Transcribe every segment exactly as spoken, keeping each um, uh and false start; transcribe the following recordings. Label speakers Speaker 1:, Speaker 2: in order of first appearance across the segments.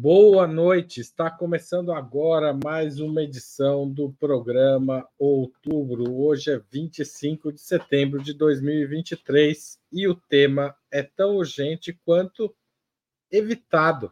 Speaker 1: Boa noite, está começando agora mais uma edição do programa Outubro. Hoje é vinte e cinco de setembro de dois mil e vinte e três e o tema é tão urgente quanto evitado.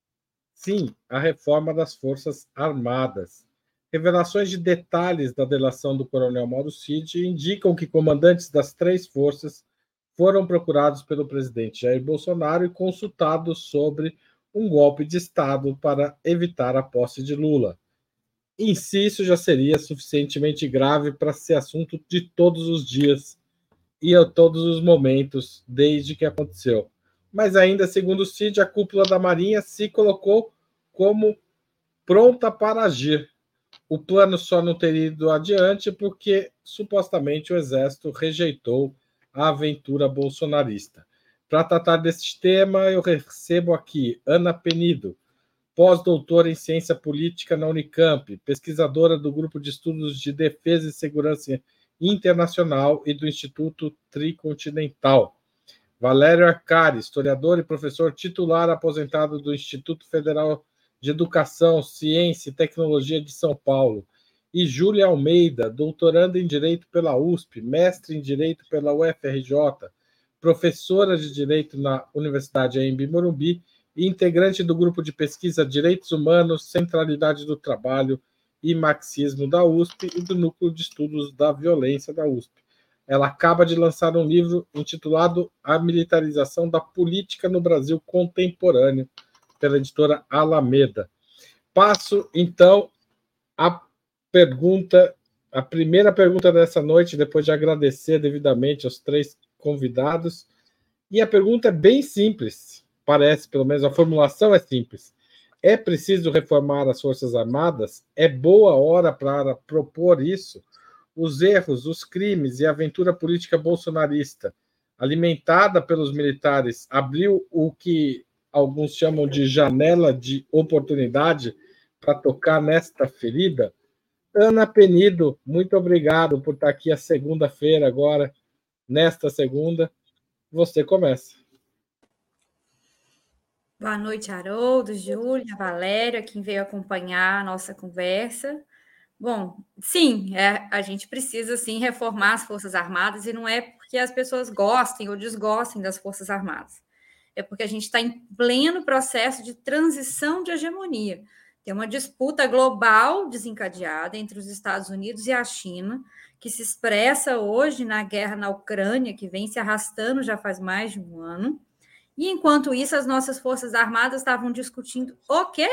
Speaker 1: Sim, a reforma das Forças Armadas. Revelações de detalhes da delação do coronel Mauro Cid indicam que comandantes das três forças foram procurados pelo presidente Jair Bolsonaro e consultados sobre um golpe de Estado para evitar a posse de Lula. Em si, isso já seria suficientemente grave para ser assunto de todos os dias e a todos os momentos, desde que aconteceu. Mas ainda, segundo o Cid, a cúpula da Marinha se colocou como pronta para agir. O plano só não teria ido adiante porque, supostamente, o Exército rejeitou a aventura bolsonarista. Para tratar desse tema, eu recebo aqui Ana Penido, pós-doutora em Ciência Política na Unicamp, pesquisadora do Grupo de Estudos de Defesa e Segurança Internacional e do Instituto Tricontinental. Valério Arcari, historiador e professor titular aposentado do Instituto Federal de Educação, Ciência e Tecnologia de São Paulo. E Júlia Almeida, doutoranda em Direito pela U S P, mestre em Direito pela U F R J, professora de Direito na Universidade Anhembi Morumbi e integrante do grupo de pesquisa Direitos Humanos, Centralidade do Trabalho e Marxismo da U S P e do Núcleo de Estudos da Violência da U S P. Ela acaba de lançar um livro intitulado A Militarização da Política no Brasil Contemporâneo, pela editora Alameda. Passo, então, a pergunta, a primeira pergunta dessa noite, depois de agradecer devidamente aos três convidados. E a pergunta é bem simples, parece, pelo menos a formulação é simples. É preciso reformar as Forças Armadas? É boa hora para propor isso? Os erros, os crimes e a aventura política bolsonarista, alimentada pelos militares, abriu o que alguns chamam de janela de oportunidade para tocar nesta ferida? Ana Penido, muito obrigado por estar aqui a segunda-feira agora, nesta segunda. Você começa.
Speaker 2: Boa noite, Haroldo, Júlia, Valéria, quem veio acompanhar a nossa conversa. Bom, sim, é, a gente precisa sim reformar as Forças Armadas e não é porque as pessoas gostem ou desgostem das Forças Armadas. É porque a gente está em pleno processo de transição de hegemonia. Tem uma disputa global desencadeada entre os Estados Unidos e a China, que se expressa hoje na guerra na Ucrânia, que vem se arrastando já faz mais de um ano. E, enquanto isso, as nossas Forças Armadas estavam discutindo o quê?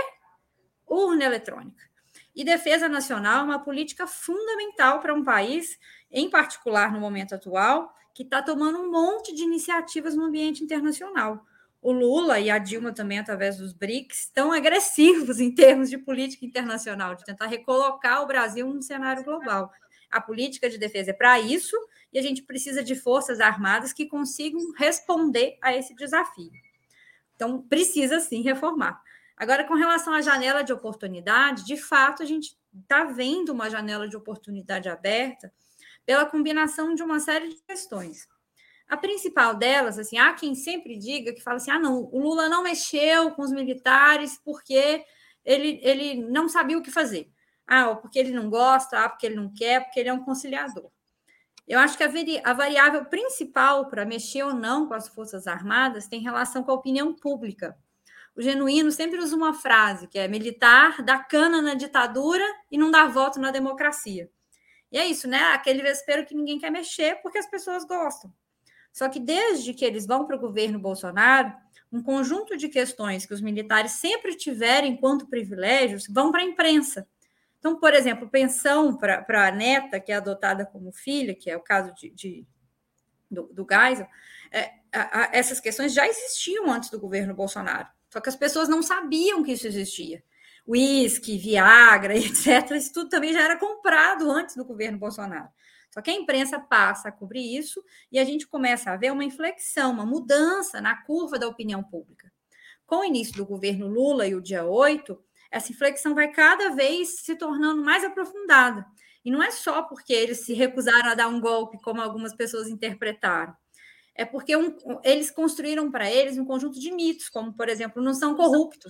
Speaker 2: Urna eletrônica. E defesa nacional é uma política fundamental para um país, em particular no momento atual, que está tomando um monte de iniciativas no ambiente internacional. O Lula e a Dilma também, através dos BRICS, estão agressivos em termos de política internacional, de tentar recolocar o Brasil no cenário global. A política de defesa é para isso, e a gente precisa de forças armadas que consigam responder a esse desafio. Então, precisa sim reformar. Agora, com relação à janela de oportunidade, de fato, a gente está vendo uma janela de oportunidade aberta pela combinação de uma série de questões. A principal delas, assim, há quem sempre diga que fala assim, ah, não, o Lula não mexeu com os militares porque ele, ele não sabia o que fazer. Ah, ou porque ele não gosta, ah, porque ele não quer, porque ele é um conciliador. Eu acho que a, vari... a variável principal para mexer ou não com as Forças Armadas tem relação com a opinião pública. O Genuíno sempre usa uma frase que é militar dá cana na ditadura e não dá voto na democracia. E é isso, né? Aquele vespeiro que ninguém quer mexer porque as pessoas gostam. Só que desde que eles vão para o governo Bolsonaro, um conjunto de questões que os militares sempre tiveram enquanto privilégios vão para a imprensa. Então, por exemplo, pensão para a neta, que é adotada como filha, que é o caso de, de, do, do Geisel, é, a, a, essas questões já existiam antes do governo Bolsonaro. Só que as pessoas não sabiam que isso existia. Uísque, Viagra, etcétera, isso tudo também já era comprado antes do governo Bolsonaro. Só que a imprensa passa a cobrir isso e a gente começa a ver uma inflexão, uma mudança na curva da opinião pública. Com o início do governo Lula e o dia oito, essa inflexão vai cada vez se tornando mais aprofundada. E não é só porque eles se recusaram a dar um golpe, como algumas pessoas interpretaram. É porque um, eles construíram para eles um conjunto de mitos, como, por exemplo, não são corruptos.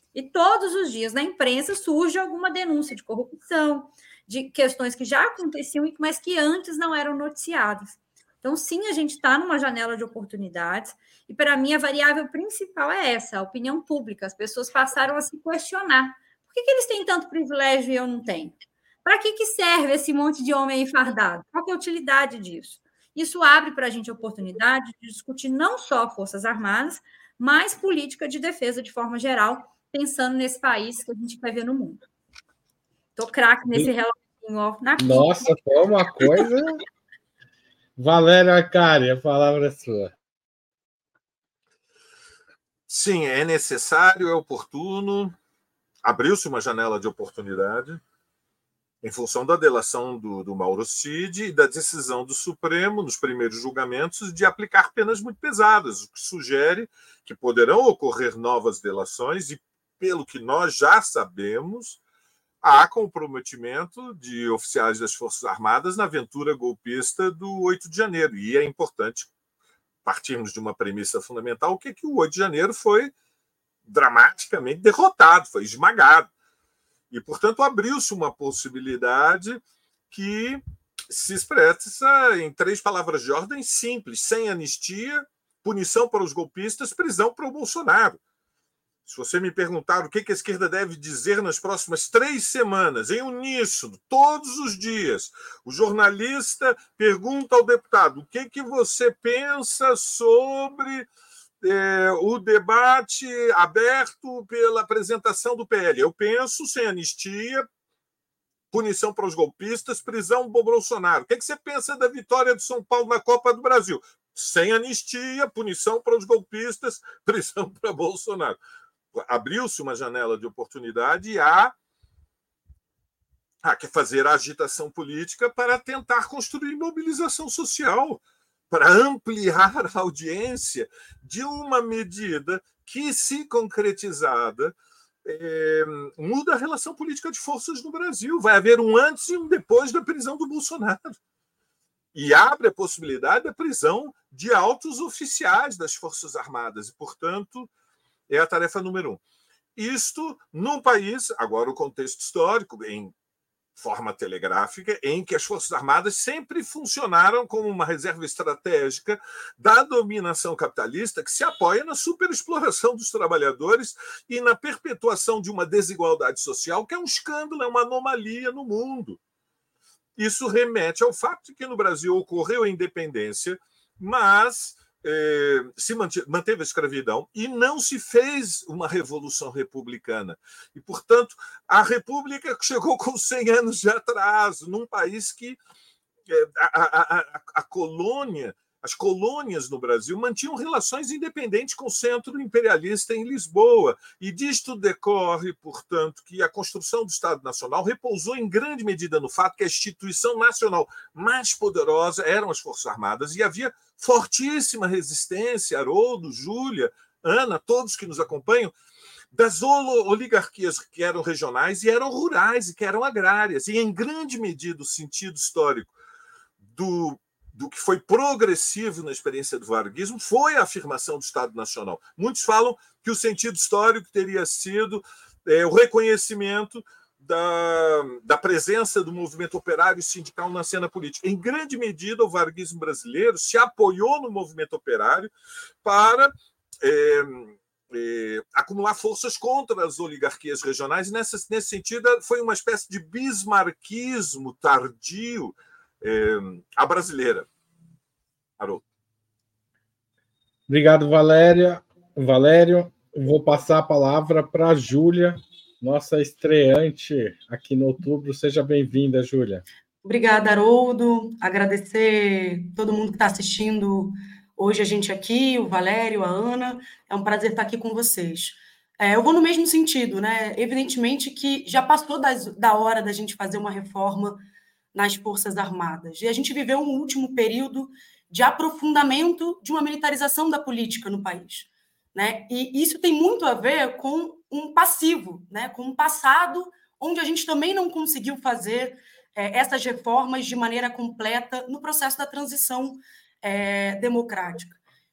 Speaker 2: E todos os dias na imprensa surge alguma denúncia de corrupção, de questões que já aconteciam, mas que antes não eram noticiadas. Então, sim, a gente está numa janela de oportunidades, e para mim a variável principal é essa, a opinião pública. As pessoas passaram a se questionar. Por que, que eles têm tanto privilégio e eu não tenho? Para que, que serve esse monte de homem aí fardado? Qual que é a utilidade disso? Isso abre para a gente a oportunidade de discutir não só Forças Armadas, mas política de defesa de forma geral, pensando nesse país que a gente vai ver no mundo. Estou craque nesse reloginho, ó, na pista.
Speaker 1: Nossa, foi uma coisa... Valério Arcari, a palavra é sua.
Speaker 3: Sim, é necessário, é oportuno. Abriu-se uma janela de oportunidade em função da delação do, do Mauro Cid e da decisão do Supremo, nos primeiros julgamentos, de aplicar penas muito pesadas, o que sugere que poderão ocorrer novas delações e, pelo que nós já sabemos, há comprometimento de oficiais das Forças Armadas na aventura golpista do oito de janeiro. E é importante partirmos de uma premissa fundamental, que é que o oito de janeiro foi dramaticamente derrotado, foi esmagado. E, portanto, abriu-se uma possibilidade que se expressa em três palavras de ordem simples: sem anistia, punição para os golpistas, prisão para o Bolsonaro. Se você me perguntar o que a esquerda deve dizer nas próximas três semanas, em uníssono, todos os dias, o jornalista pergunta ao deputado: o que, que você pensa sobre é, o debate aberto pela apresentação do P L? Eu penso sem anistia, punição para os golpistas, prisão do Bolsonaro. O que, que você pensa da vitória do São Paulo na Copa do Brasil? Sem anistia, punição para os golpistas, prisão para Bolsonaro. Abriu-se uma janela de oportunidade e há, há que fazer a agitação política para tentar construir mobilização social, para ampliar a audiência de uma medida que, se concretizada, é, muda a relação política de forças no Brasil. Vai haver um antes e um depois da prisão do Bolsonaro. E abre a possibilidade da prisão de altos oficiais das Forças Armadas. E, portanto, é a tarefa número um. Isto num país, agora o contexto histórico, em forma telegráfica, em que as Forças Armadas sempre funcionaram como uma reserva estratégica da dominação capitalista que se apoia na superexploração dos trabalhadores e na perpetuação de uma desigualdade social que é um escândalo, é uma anomalia no mundo. Isso remete ao fato de que no Brasil ocorreu a independência, mas eh, se manteve a escravidão e não se fez uma revolução republicana. E, portanto, a República chegou com cem anos de atraso, num país que eh, a, a, a, a colônia, as colônias no Brasil mantinham relações independentes com o centro imperialista em Lisboa. E disto decorre, portanto, que a construção do Estado Nacional repousou em grande medida no fato que a instituição nacional mais poderosa eram as Forças Armadas e havia fortíssima resistência, Haroldo, Júlia, Ana, todos que nos acompanham, das oligarquias que eram regionais e eram rurais e que eram agrárias. E, em grande medida, o sentido histórico do do que foi progressivo na experiência do varguismo foi a afirmação do Estado Nacional. Muitos falam que o sentido histórico teria sido é, o reconhecimento da, da presença do movimento operário e sindical na cena política. Em grande medida, o varguismo brasileiro se apoiou no movimento operário para é, é, acumular forças contra as oligarquias regionais, e nessa, nesse sentido foi uma espécie de bismarquismo tardio É, a brasileira. Haroldo.
Speaker 1: Obrigado, Valéria. Valério. Vou passar a palavra para a Júlia, nossa estreante aqui no Outubro. Seja bem-vinda, Júlia.
Speaker 4: Obrigada, Haroldo. Agradecer todo mundo que está assistindo hoje a gente aqui, o Valério, a Ana. É um prazer estar aqui com vocês. É, eu vou no mesmo sentido, né? Evidentemente que já passou das, da hora da gente fazer uma reforma nas Forças Armadas. E a gente viveu um último período de aprofundamento de uma militarização da política no país, né? E isso tem muito a ver com um passivo, né? Com um passado onde a gente também não conseguiu fazer é, essas reformas de maneira completa no processo da transição é, democrática.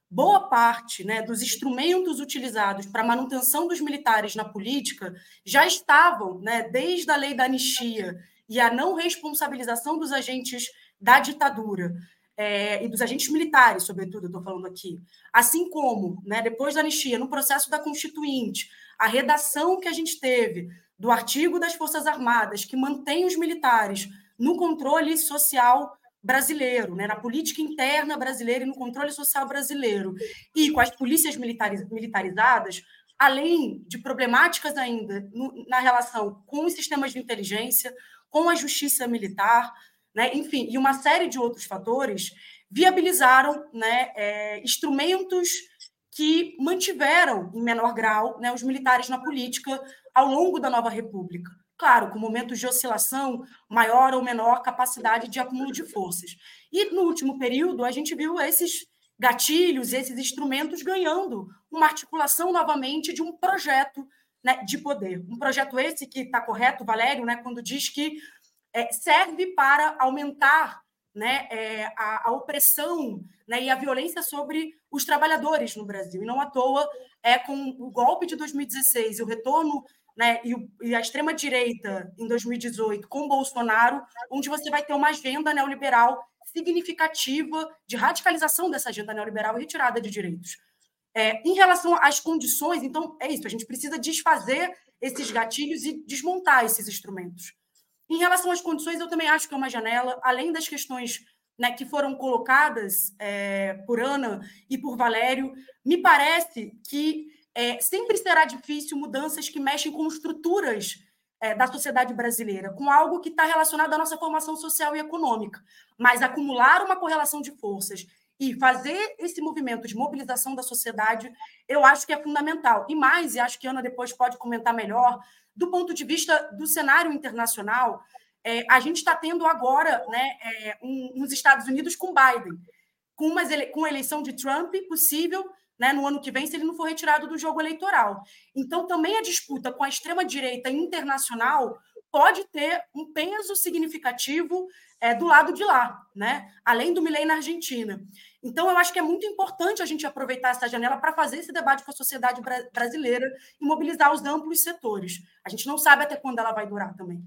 Speaker 4: boa parte, né, dos instrumentos utilizados para a manutenção dos militares na política já estavam, né, desde a lei da anistia e a não responsabilização dos agentes da ditadura, é, e dos agentes militares, sobretudo, eu estou falando aqui, assim como, né, depois da anistia, no processo da Constituinte, a redação que a gente teve do artigo das Forças Armadas, que mantém os militares no controle social brasileiro, né, na política interna brasileira e no controle social brasileiro, e com as polícias militares, militarizadas, além de problemáticas ainda no, na relação com os sistemas de inteligência, com a justiça militar, né, enfim, e uma série de outros fatores, viabilizaram, né, é, instrumentos que mantiveram, em menor grau, né, os militares na política ao longo da nova República. Claro, com momentos de oscilação, maior ou menor capacidade de acúmulo de forças. E, no último período, a gente viu esses gatilhos, esses instrumentos ganhando uma articulação, novamente, de um projeto, né, de poder. Um projeto esse que está correto, Valério, né, quando diz que é, serve para aumentar, né, é, a, a opressão, né, e a violência sobre os trabalhadores no Brasil. E não à toa, é com o golpe de dois mil e dezesseis e o retorno, né, e, o, e a extrema-direita em dois mil e dezoito com Bolsonaro, onde você vai ter uma agenda neoliberal significativa de radicalização dessa agenda neoliberal e retirada de direitos. É, em relação às condições, então, é isso, a gente precisa desfazer esses gatilhos e desmontar esses instrumentos. Em relação às condições, eu também acho que é uma janela, além das questões, né, que foram colocadas é, por Ana e por Valério, me parece que é, sempre será difícil mudanças que mexem com estruturas é, da sociedade brasileira, com algo que está relacionado à nossa formação social e econômica. Mas acumular uma correlação de forças e fazer esse movimento de mobilização da sociedade, eu acho que é fundamental. E mais, e acho que a Ana depois pode comentar melhor, do ponto de vista do cenário internacional, é, a gente está tendo agora, né, é, um, nos Estados Unidos com Biden, com, uma ele, com a eleição de Trump possível, né, no ano que vem, se ele não for retirado do jogo eleitoral. Então, também a disputa com a extrema-direita internacional pode ter um peso significativo é, do lado de lá, né? Além do Milei na Argentina. Então, eu acho que é muito importante a gente aproveitar essa janela para fazer esse debate com a sociedade bra- brasileira e mobilizar os amplos setores. A gente não sabe até quando ela vai durar também.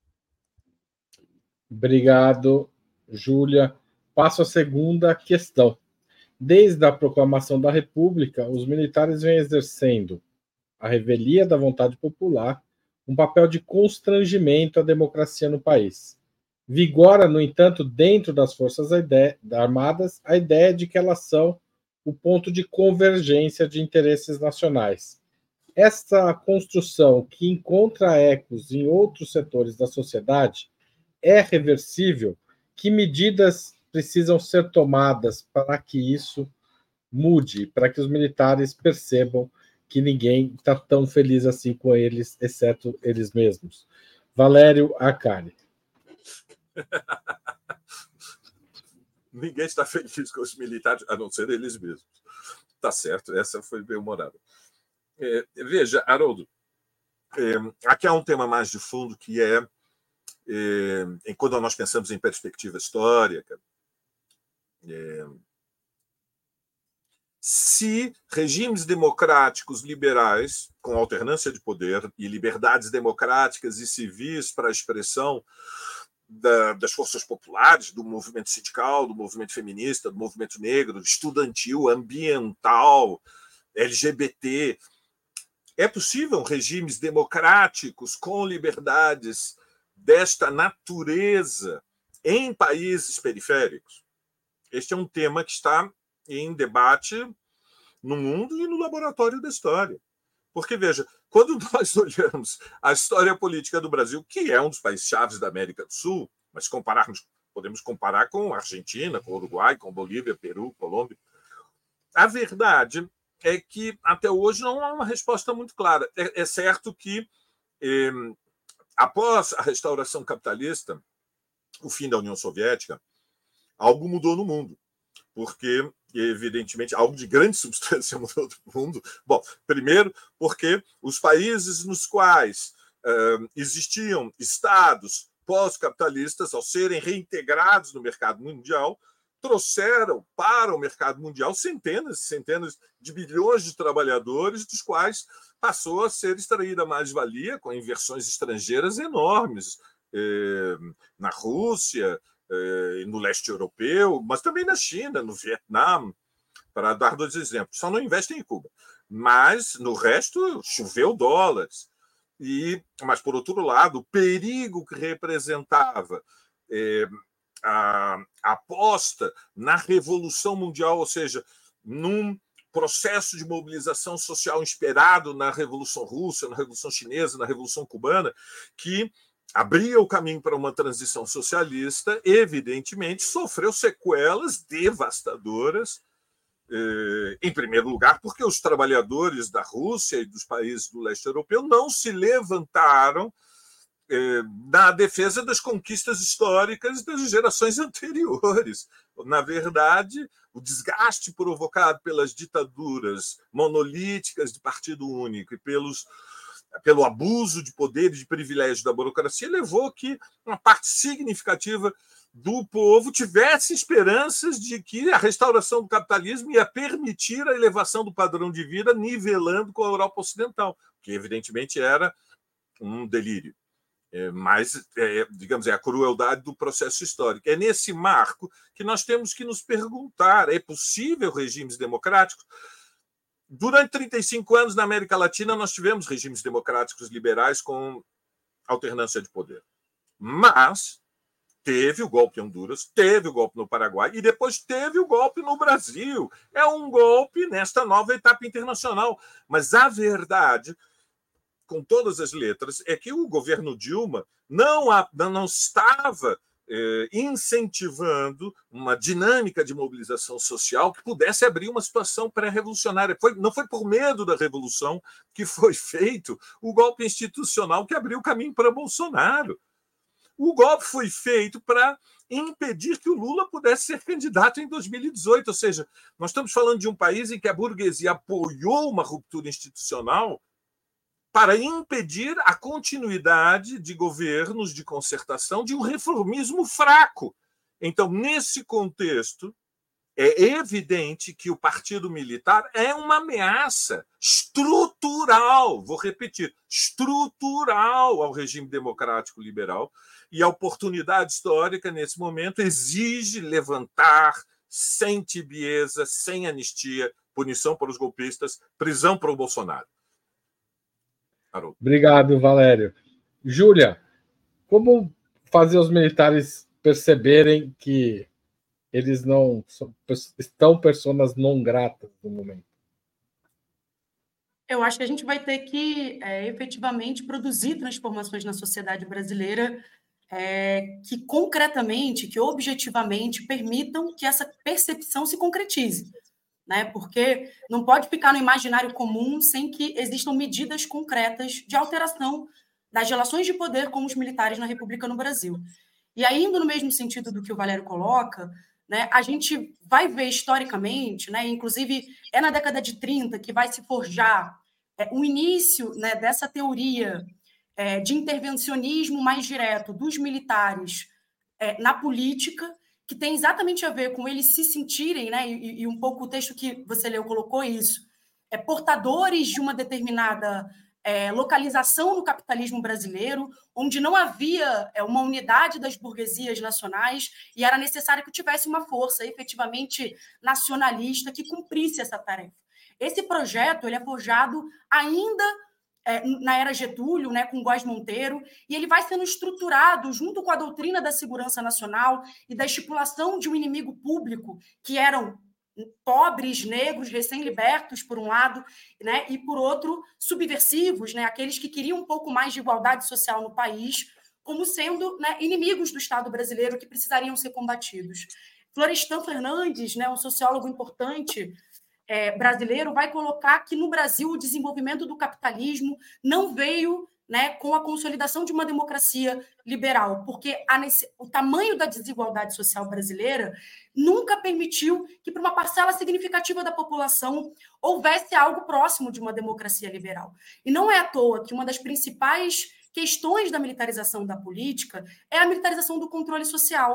Speaker 1: Obrigado, Júlia. Passo à segunda questão. Desde a proclamação da República, os militares vêm exercendo a revelia da vontade popular, um papel de constrangimento à democracia no país. Vigora, no entanto, dentro das Forças Armadas, a ideia de que elas são o ponto de convergência de interesses nacionais. Essa construção, que encontra ecos em outros setores da sociedade, é reversível? Que medidas precisam ser tomadas para que isso mude, para que os militares percebam que ninguém está tão feliz assim com eles, exceto eles mesmos? Valério Arcari.
Speaker 3: Ninguém está feliz com os militares, a não ser eles mesmos. Tá certo, essa foi bem humorada. É, veja, Haroldo, é, aqui há um tema mais de fundo que é, é quando nós pensamos em perspectiva histórica, é, se regimes democráticos liberais, com alternância de poder e liberdades democráticas e civis para a expressão da, das forças populares, do movimento sindical, do movimento feminista, do movimento negro, estudantil, ambiental, L G B T, é possível regimes democráticos com liberdades desta natureza em países periféricos? Este é um tema que está em debate no mundo e no laboratório da história. Porque, veja, quando nós olhamos a história política do Brasil, que é um dos países chaves da América do Sul, mas compararmos, podemos comparar com a Argentina, com o Uruguai, com Bolívia, Peru, Colômbia, a verdade é que até hoje não há uma resposta muito clara. É, é certo que, eh, após a restauração capitalista, o fim da União Soviética, algo mudou no mundo, porque, evidentemente, algo de grande substância mudou no mundo. Bom, primeiro, porque os países nos quais uh, existiam estados pós-capitalistas, ao serem reintegrados no mercado mundial, trouxeram para o mercado mundial centenas e centenas de bilhões de trabalhadores, dos quais passou a ser extraída mais-valia com inversões estrangeiras enormes eh, na Rússia, eh, no leste europeu, mas também na China, no Vietnã, para dar dois exemplos. Só não investem em Cuba. Mas, no resto, choveu dólares. E, mas, por outro lado, o perigo que representava eh, a, a aposta na Revolução Mundial, ou seja, num processo de mobilização social inspirado na Revolução Russa, na Revolução Chinesa, na Revolução Cubana, que abria o caminho para uma transição socialista, evidentemente sofreu sequelas devastadoras, eh, em primeiro lugar, porque os trabalhadores da Rússia e dos países do leste europeu não se levantaram eh, na defesa das conquistas históricas das gerações anteriores. Na verdade, o desgaste provocado pelas ditaduras monolíticas de partido único e pelos, pelo abuso de poder e de privilégio da burocracia levou que uma parte significativa do povo tivesse esperanças de que a restauração do capitalismo ia permitir a elevação do padrão de vida, nivelando com a Europa Ocidental, que evidentemente era um delírio. É, mas, é, digamos, é a crueldade do processo histórico. É nesse marco que nós temos que nos perguntar: é possível regimes democráticos? Durante trinta e cinco anos, na América Latina, nós tivemos regimes democráticos liberais com alternância de poder. Mas teve o golpe em Honduras, teve o golpe no Paraguai e depois teve o golpe no Brasil. É um golpe nesta nova etapa internacional. Mas a verdade, com todas as letras, é que o governo Dilma não, não estava eh, incentivando uma dinâmica de mobilização social que pudesse abrir uma situação pré-revolucionária. Foi, não foi por medo da revolução que foi feito o golpe institucional que abriu o caminho para Bolsonaro. O golpe foi feito para impedir que o Lula pudesse ser candidato em dois mil e dezoito. Ou seja, nós estamos falando de um país em que a burguesia apoiou uma ruptura institucional para impedir a continuidade de governos de concertação de um reformismo fraco. Então, nesse contexto, é evidente que o partido militar é uma ameaça estrutural, vou repetir, estrutural ao regime democrático liberal, e a oportunidade histórica, nesse momento, exige levantar sem tibieza, sem anistia, punição para os golpistas, prisão para o Bolsonaro. Haroldo.
Speaker 1: Obrigado, Valério. Júlia, como fazer os militares perceberem que eles não são, estão pessoas não gratas no momento?
Speaker 4: Eu acho que a gente vai ter que é, efetivamente produzir transformações na sociedade brasileira é, que concretamente, que objetivamente permitam que essa percepção se concretize. Né? Porque não pode ficar no imaginário comum sem que existam medidas concretas de alteração das relações de poder com os militares na República no Brasil. E ainda no mesmo sentido do que o Valério coloca, né, a gente vai ver historicamente, né, inclusive é na década de trinta que vai se forjar é, o início, né, dessa teoria é, de intervencionismo mais direto dos militares é, na política, que tem exatamente a ver com eles se sentirem, né, e, e um pouco o texto que você leu colocou isso, é, portadores de uma determinada é, localização no capitalismo brasileiro, onde não havia é, uma unidade das burguesias nacionais e era necessário que tivesse uma força efetivamente nacionalista que cumprisse essa tarefa. Esse projeto ele é forjado ainda É, na era Getúlio, né, com Góes Monteiro, e ele vai sendo estruturado junto com a doutrina da segurança nacional e da estipulação de um inimigo público, que eram pobres, negros, recém-libertos, por um lado, né, e, por outro, subversivos, né, aqueles que queriam um pouco mais de igualdade social no país, como sendo, né, inimigos do Estado brasileiro que precisariam ser combatidos. Florestan Fernandes, né, um sociólogo importante, É, brasileiro, vai colocar que no Brasil o desenvolvimento do capitalismo não veio, né, com a consolidação de uma democracia liberal, porque a, o tamanho da desigualdade social brasileira nunca permitiu que, para uma parcela significativa da população, houvesse algo próximo de uma democracia liberal. E não é à toa que uma das principais questões da militarização da política é a militarização do controle social.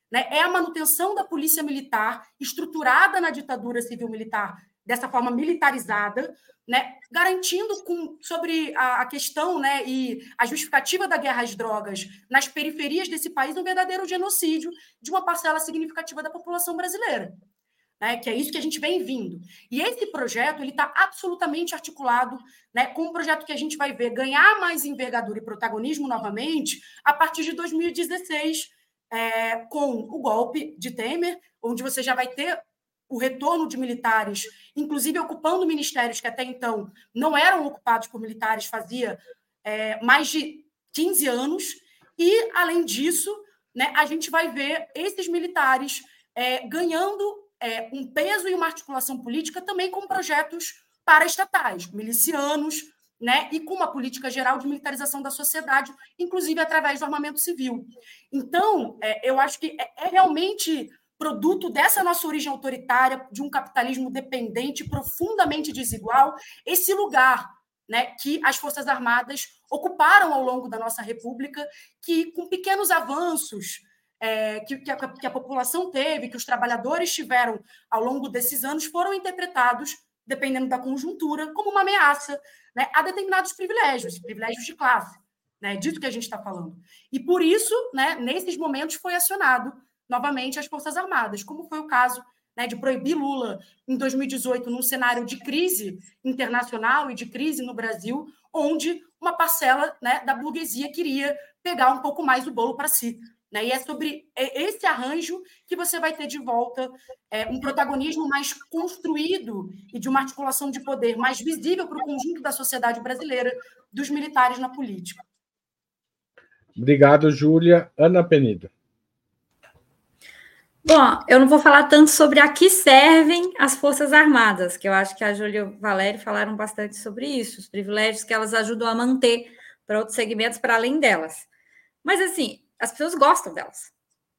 Speaker 4: né, é a manutenção da polícia militar estruturada na ditadura civil-militar, dessa forma militarizada, né, garantindo com, sobre a, a questão, né, e a justificativa da guerra às drogas nas periferias desse país um verdadeiro genocídio de uma parcela significativa da população brasileira. Né, que é isso que a gente vem vindo. E esse projeto ele está absolutamente articulado, né, com um projeto que a gente vai ver ganhar mais envergadura e protagonismo novamente a partir de dois mil e dezesseis, é, com o golpe de Temer, onde você já vai ter o retorno de militares, inclusive ocupando ministérios que até então não eram ocupados por militares, fazia é, mais de quinze anos, e, além disso, né, a gente vai ver esses militares é, ganhando é, um peso e uma articulação política também com projetos paraestatais, milicianos, né, e com uma política geral de militarização da sociedade, inclusive através do armamento civil. Então, é, eu acho que é, é realmente produto dessa nossa origem autoritária, de um capitalismo dependente, profundamente desigual, esse lugar, né, que as Forças Armadas ocuparam ao longo da nossa República, que, com pequenos avanços é, que, que, a, que a população teve, que os trabalhadores tiveram ao longo desses anos, foram interpretados, dependendo da conjuntura, como uma ameaça, né, a determinados privilégios, privilégios de classe, né, dito que a gente está falando. E, por isso, né, nesses momentos, foi acionado novamente as Forças Armadas, como foi o caso, né, de proibir Lula em dois mil e dezoito, num cenário de crise internacional e de crise no Brasil, onde uma parcela, né, da burguesia queria pegar um pouco mais do bolo para si. Né? E é sobre esse arranjo que você vai ter de volta é, um protagonismo mais construído e de uma articulação de poder mais visível para o conjunto da sociedade brasileira, dos militares na política.
Speaker 1: Obrigado, Júlia. Ana Penido.
Speaker 2: Bom, eu não vou falar tanto sobre a que servem as Forças Armadas, que eu acho que a Júlia e o Valério falaram bastante sobre isso, os privilégios que elas ajudam a manter para outros segmentos para além delas. Mas, assim, as pessoas gostam delas.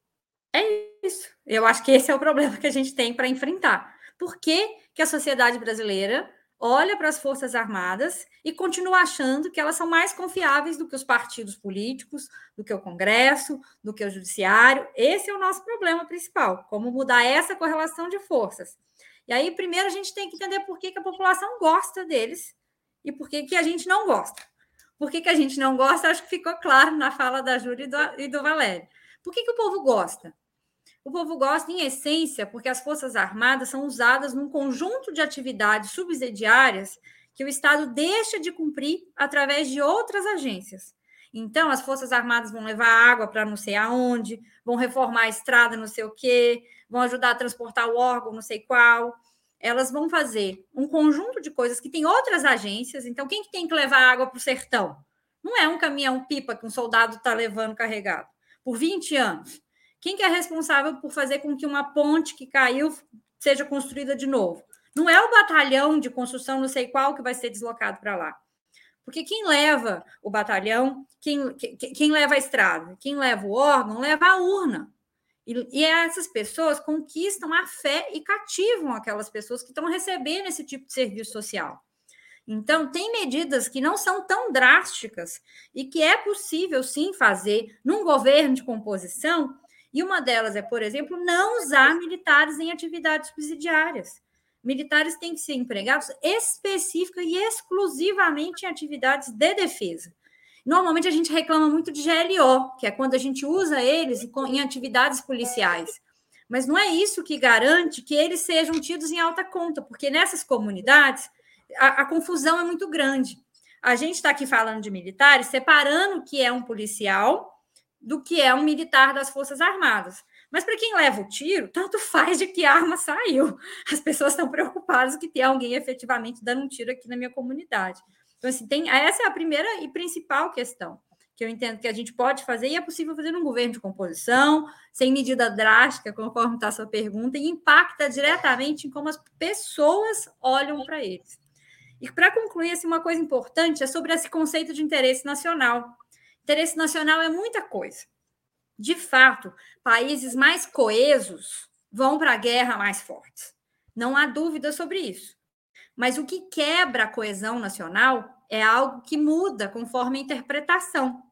Speaker 2: É isso. Eu acho que esse é o problema que a gente tem para enfrentar. Por que, que a sociedade brasileira olha para as Forças Armadas e continua achando que elas são mais confiáveis do que os partidos políticos, do que o Congresso, do que o Judiciário? Esse é o nosso problema principal, como mudar essa correlação de forças. E aí, primeiro, a gente tem que entender por que, que a população gosta deles e por que, que a gente não gosta. Por que, que a gente não gosta? Acho que ficou claro na fala da Júlia e do, e do Valério. Por que, que o povo gosta? O povo gosta, em essência, porque as Forças Armadas são usadas num conjunto de atividades subsidiárias que o Estado deixa de cumprir através de outras agências. Então, as Forças Armadas vão levar água para não sei aonde, vão reformar a estrada não sei o quê, vão ajudar a transportar o órgão não sei qual. Elas vão fazer um conjunto de coisas que tem outras agências. Então, quem que tem que levar água para o sertão? Não é um caminhão-pipa que um soldado está levando carregado. Por vinte anos. Quem que é responsável por fazer com que uma ponte que caiu seja construída de novo? Não é o batalhão de construção não sei qual que vai ser deslocado para lá. Porque quem leva o batalhão, quem, quem, quem leva a estrada, quem leva o órgão, leva a urna. E, e essas pessoas conquistam a fé e cativam aquelas pessoas que estão recebendo esse tipo de serviço social. Então, tem medidas que não são tão drásticas e que é possível, sim, fazer num governo de composição. E uma delas é, por exemplo, não usar militares em atividades subsidiárias. Militares têm que ser empregados específica e exclusivamente em atividades de defesa. Normalmente a gente reclama muito de G L O, que é quando a gente usa eles em atividades policiais. Mas não é isso que garante que eles sejam tidos em alta conta, porque nessas comunidades a, a confusão é muito grande. A gente está aqui falando de militares, separando o que é um policial do que é um militar das Forças Armadas. Mas para quem leva o tiro, tanto faz de que arma saiu. As pessoas estão preocupadas que tem alguém efetivamente dando um tiro aqui na minha comunidade. Então, assim, tem, essa é a primeira e principal questão que eu entendo que a gente pode fazer e é possível fazer num governo de composição, sem medida drástica, conforme está a sua pergunta, e impacta diretamente em como as pessoas olham para eles. E para concluir, assim, uma coisa importante é sobre esse conceito de interesse nacional. Interesse nacional é muita coisa. De fato, países mais coesos vão para a guerra mais fortes. Não há dúvida sobre isso. Mas o que quebra a coesão nacional é algo que muda conforme a interpretação.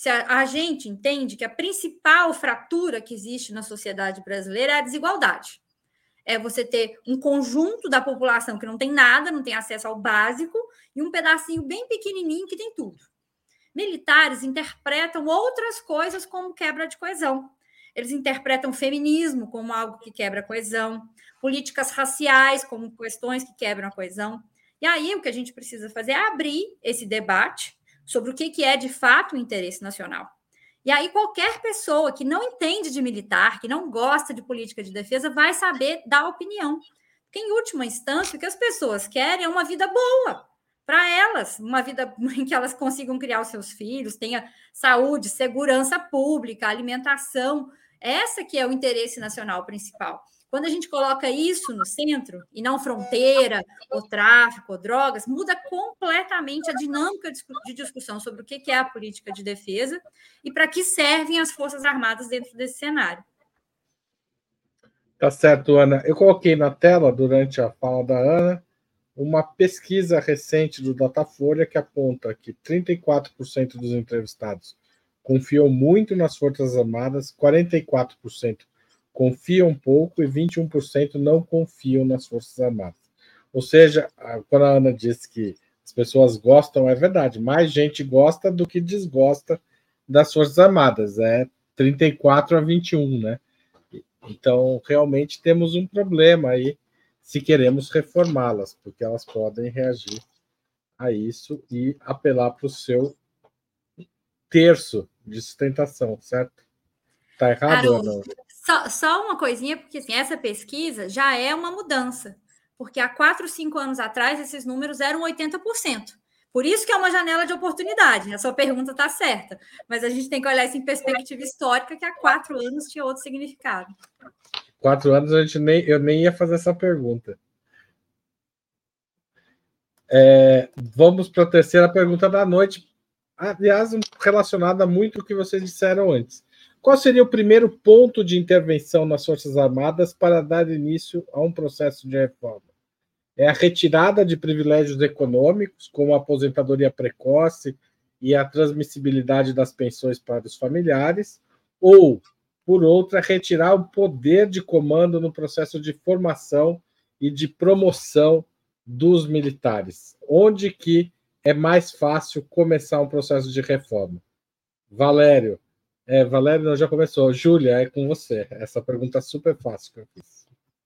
Speaker 2: Se a, a gente entende que a principal fratura que existe na sociedade brasileira é a desigualdade. É você ter um conjunto da população que não tem nada, não tem acesso ao básico, e um pedacinho bem pequenininho que tem tudo. Militares interpretam outras coisas como quebra de coesão. Eles interpretam feminismo como algo que quebra a coesão, políticas raciais como questões que quebram a coesão. E aí o que a gente precisa fazer é abrir esse debate sobre o que é de fato o interesse nacional. E aí qualquer pessoa que não entende de militar, que não gosta de política de defesa, vai saber dar opinião. Porque, em última instância, o que as pessoas querem é uma vida boa para elas, uma vida em que elas consigam criar os seus filhos, tenha saúde, segurança pública, alimentação. Essa que é o interesse nacional principal. Quando a gente coloca isso no centro, e não fronteira, ou tráfico, ou drogas, muda completamente a dinâmica de discussão sobre o que é a política de defesa e para que servem as Forças Armadas dentro desse cenário.
Speaker 1: Tá certo, Ana. Eu coloquei na tela, durante a fala da Ana, uma pesquisa recente do Datafolha que aponta que trinta e quatro por cento dos entrevistados confiam muito nas Forças Armadas, quarenta e quatro por cento confiam pouco e vinte e um por cento não confiam nas Forças Armadas. Ou seja, quando a Ana disse que as pessoas gostam, é verdade, mais gente gosta do que desgosta das Forças Armadas, é trinta e quatro a vinte e um, né? Então, realmente temos um problema aí se queremos reformá-las, porque elas podem reagir a isso e apelar para o seu terço de sustentação, certo? Está errado, Ana?
Speaker 2: Só, só uma coisinha, porque assim, essa pesquisa já é uma mudança, porque há quatro, cinco anos atrás esses números eram oitenta por cento. Por isso que é uma janela de oportunidade. A sua pergunta está certa, mas a gente tem que olhar isso em perspectiva histórica, que há quatro anos tinha outro significado.
Speaker 1: Quatro anos a gente nem, eu nem ia fazer essa pergunta. É, vamos para a terceira pergunta da noite. Aliás, relacionada muito ao que vocês disseram antes. Qual seria o primeiro ponto de intervenção nas Forças Armadas para dar início a um processo de reforma? É a retirada de privilégios econômicos, como a aposentadoria precoce e a transmissibilidade das pensões para os familiares, ou, por outra, retirar o poder de comando no processo de formação e de promoção dos militares? Onde que é mais fácil começar um processo de reforma? Valério. É, Valério não, já começou. Júlia, é com você. Essa pergunta é super fácil que eu fiz.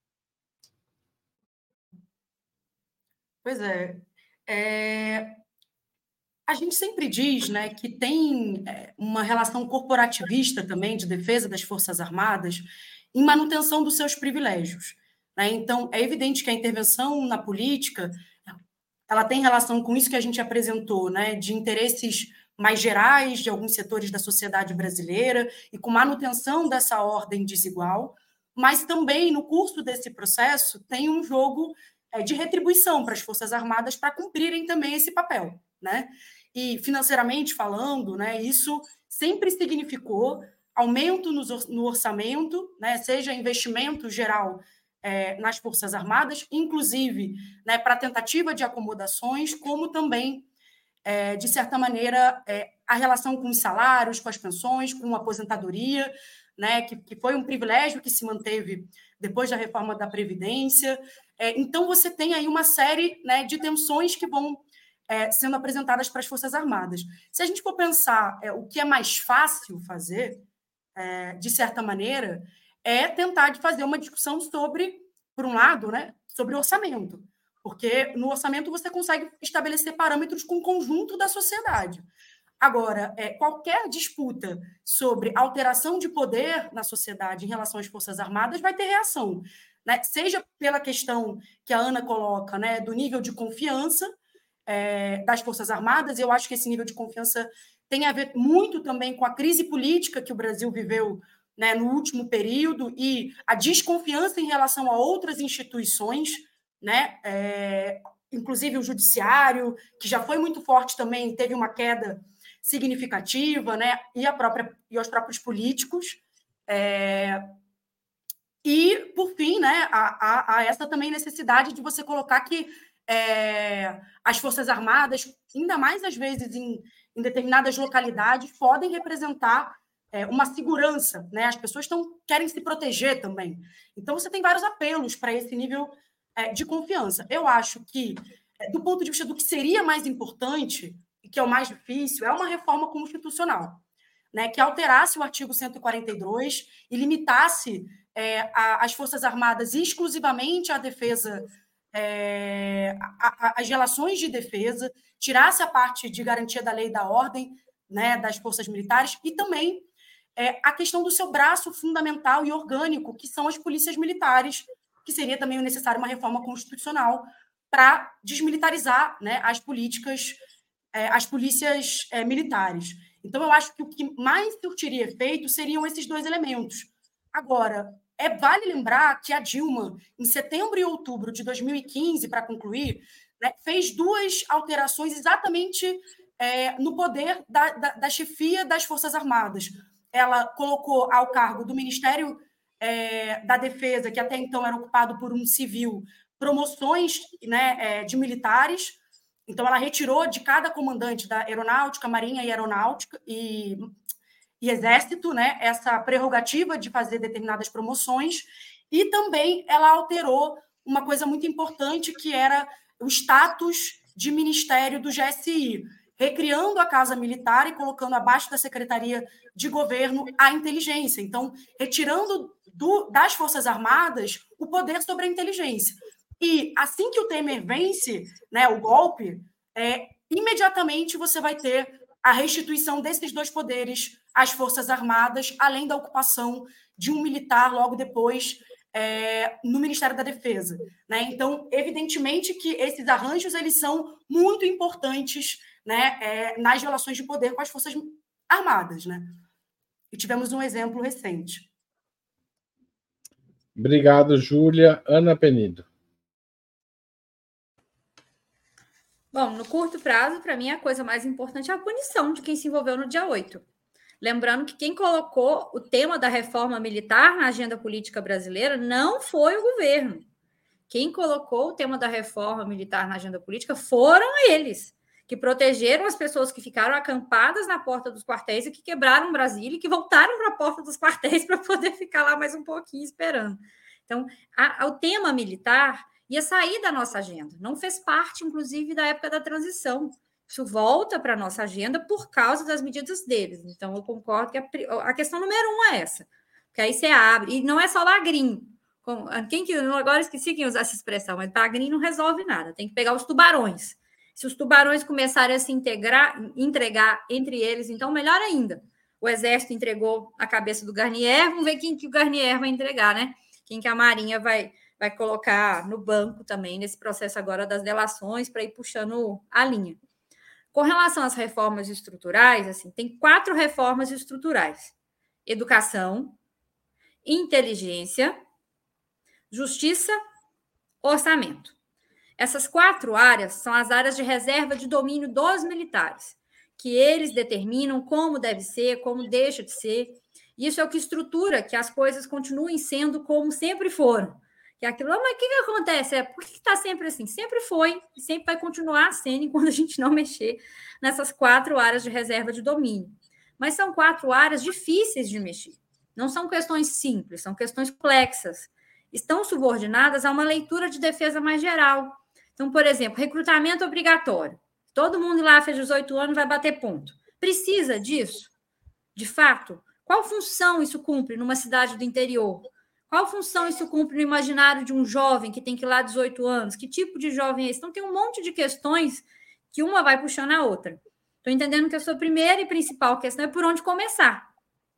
Speaker 4: Pois é. é. A gente sempre diz, né, que tem uma relação corporativista também de defesa das Forças Armadas em manutenção dos seus privilégios. Né? Então, é evidente que a intervenção na política ela tem relação com isso que a gente apresentou, né, de interesses mais gerais de alguns setores da sociedade brasileira e com manutenção dessa ordem desigual, mas também, no curso desse processo, tem um jogo é, de retribuição para as Forças Armadas para cumprirem também esse papel, né? E, financeiramente falando, né, isso sempre significou aumento no orçamento, né, seja investimento geral é, nas Forças Armadas, inclusive né, para tentativa de acomodações, como também É, de certa maneira, é, a relação com os salários, com as pensões, com a aposentadoria, né, que, que foi um privilégio que se manteve depois da reforma da Previdência. É, então, você tem aí uma série né, de tensões que vão é, sendo apresentadas para as Forças Armadas. Se a gente for pensar é, o que é mais fácil fazer, é, de certa maneira, é tentar de fazer uma discussão sobre, por um lado, né, sobre orçamento. Porque no orçamento você consegue estabelecer parâmetros com o conjunto da sociedade. Agora, é, qualquer disputa sobre alteração de poder na sociedade em relação às Forças Armadas vai ter reação. Né? Seja pela questão que a Ana coloca, né, do nível de confiança é, das Forças Armadas, eu acho que esse nível de confiança tem a ver muito também com a crise política que o Brasil viveu né, no último período e a desconfiança em relação a outras instituições, né? É, inclusive o judiciário, que já foi muito forte também, teve uma queda significativa, né? e, a própria, e os próprios políticos. É, e, por fim, né, há, há essa também necessidade de você colocar que é, as Forças Armadas, ainda mais às vezes em, em determinadas localidades podem representar é, uma segurança, né? As pessoas tão, querem se proteger também. Então, você tem vários apelos para esse nível é, de confiança. Eu acho que, é, do ponto de vista do que seria mais importante, e que é o mais difícil, é uma reforma constitucional, né, que alterasse o artigo cento e quarenta e dois e limitasse é, a, as Forças Armadas exclusivamente à defesa, é, a, a, as relações de defesa, tirasse a parte de garantia da lei e da ordem, né, das forças militares, e também é, a questão do seu braço fundamental e orgânico, que são as polícias militares, que seria também necessária uma reforma constitucional para desmilitarizar, né, as políticas, é, as polícias é, militares. Então, eu acho que o que mais surtiria efeito seriam esses dois elementos. Agora, é, vale lembrar que a Dilma, em setembro e outubro de dois mil e quinze, para concluir, né, fez duas alterações exatamente é, no poder da, da, da chefia das Forças Armadas. Ela colocou ao cargo do Ministério é, da Defesa, que até então era ocupado por um civil, promoções, né, é, de militares. Então, ela retirou de cada comandante da Aeronáutica, Marinha e Aeronáutica e, e Exército, né, essa prerrogativa de fazer determinadas promoções, e também ela alterou uma coisa muito importante, que era o status de ministério do G S I, recriando a Casa Militar e colocando abaixo da Secretaria de Governo a inteligência. Então, retirando do, das Forças Armadas o poder sobre a inteligência. E assim que o Temer vence, né, o golpe, é, imediatamente você vai ter a restituição desses dois poderes às Forças Armadas, além da ocupação de um militar logo depois é, no Ministério da Defesa, né? Então, evidentemente que esses arranjos eles são muito importantes, né, é, nas relações de poder com as Forças Armadas, né? E tivemos um exemplo recente.
Speaker 1: Obrigado, Júlia. Ana Penido.
Speaker 2: Bom, no curto prazo, para mim, a coisa mais importante é a punição de quem se envolveu no dia oito. Lembrando que quem colocou o tema da reforma militar na agenda política brasileira não foi o governo. Quem colocou o tema da reforma militar na agenda política foram eles, que protegeram as pessoas que ficaram acampadas na porta dos quartéis e que quebraram Brasília e que voltaram para a porta dos quartéis para poder ficar lá mais um pouquinho esperando. Então, a, o tema militar ia sair da nossa agenda. Não fez parte, inclusive, da época da transição. Isso volta para a nossa agenda por causa das medidas deles. Então, eu concordo que a, a questão número um é essa. Porque aí você abre, e não é só lagrinho. Quem que, agora esqueci quem usar essa expressão, mas lagrinho não resolve nada. Tem que pegar os tubarões. Se os tubarões começarem a se integrar, entregar entre eles, então melhor ainda. O Exército entregou a cabeça do Garnier, vamos ver quem que o Garnier vai entregar, né? Quem que a Marinha vai... vai colocar no banco também, nesse processo agora das delações, para ir puxando a linha. Com relação às reformas estruturais, assim, tem quatro reformas estruturais: educação, inteligência, justiça, orçamento. Essas quatro áreas são as áreas de reserva de domínio dos militares, que eles determinam como deve ser, como deixa de ser. Isso é o que estrutura que as coisas continuem sendo como sempre foram. Que é aquilo, mas o que, que acontece? É, por que está sempre assim? Sempre foi e sempre vai continuar sendo enquanto a gente não mexer nessas quatro áreas de reserva de domínio. Mas são quatro áreas difíceis de mexer. Não são questões simples, são questões complexas. Estão subordinadas a uma leitura de defesa mais geral. Então, por exemplo, recrutamento obrigatório. Todo mundo lá fez dezoito anos vai bater ponto. Precisa disso? De fato? Qual função isso cumpre numa cidade do interior? Qual função isso cumpre no imaginário de um jovem que tem que ir lá dezoito anos? Que tipo de jovem é esse? Então, tem um monte de questões que uma vai puxando a outra. Estou entendendo que a sua primeira e principal questão é por onde começar.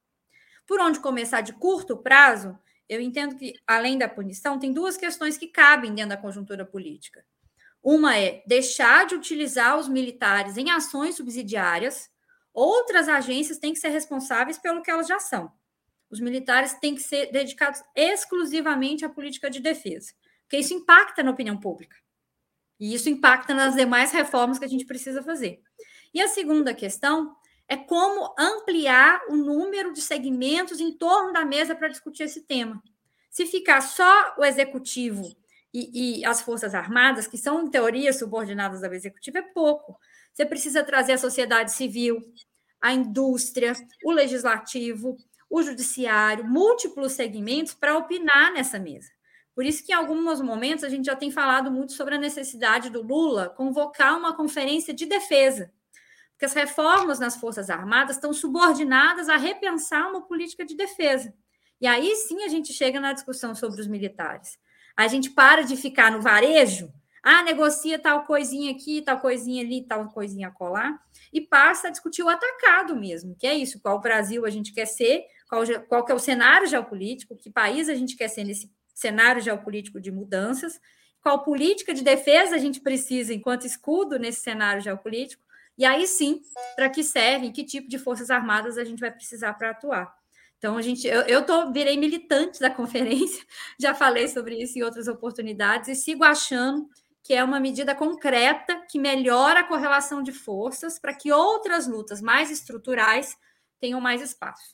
Speaker 2: Por onde começar de curto prazo, eu entendo que, além da punição, tem duas questões que cabem dentro da conjuntura política. Uma é deixar de utilizar os militares em ações subsidiárias. Outras agências têm que ser responsáveis pelo que elas já são. Os militares têm que ser dedicados exclusivamente à política de defesa, porque isso impacta na opinião pública. E isso impacta nas demais reformas que a gente precisa fazer. E a segunda questão é como ampliar o número de segmentos em torno da mesa para discutir esse tema. Se ficar só o executivo e, e as Forças Armadas, que são, em teoria, subordinadas ao executivo, é pouco. Você precisa trazer a sociedade civil, a indústria, o legislativo, o judiciário, múltiplos segmentos para opinar nessa mesa. Por isso que, em alguns momentos, a gente já tem falado muito sobre a necessidade do Lula convocar uma conferência de defesa, porque as reformas nas Forças Armadas estão subordinadas a repensar uma política de defesa. E aí sim a gente chega na discussão sobre os militares. A gente para de ficar no varejo, ah, negocia tal coisinha aqui, tal coisinha ali, tal coisinha acolá, e passa a discutir o atacado mesmo, que é isso, qual Brasil a gente quer ser, qual, qual que é o cenário geopolítico, que país a gente quer ser nesse cenário geopolítico de mudanças, qual política de defesa a gente precisa enquanto escudo nesse cenário geopolítico, e aí sim, para que servem, que tipo de forças armadas a gente vai precisar para atuar. Então, a gente, eu, eu tô, virei militante da conferência, já falei sobre isso em outras oportunidades, e sigo achando que é uma medida concreta que melhora a correlação de forças para que outras lutas mais estruturais tenham mais espaço.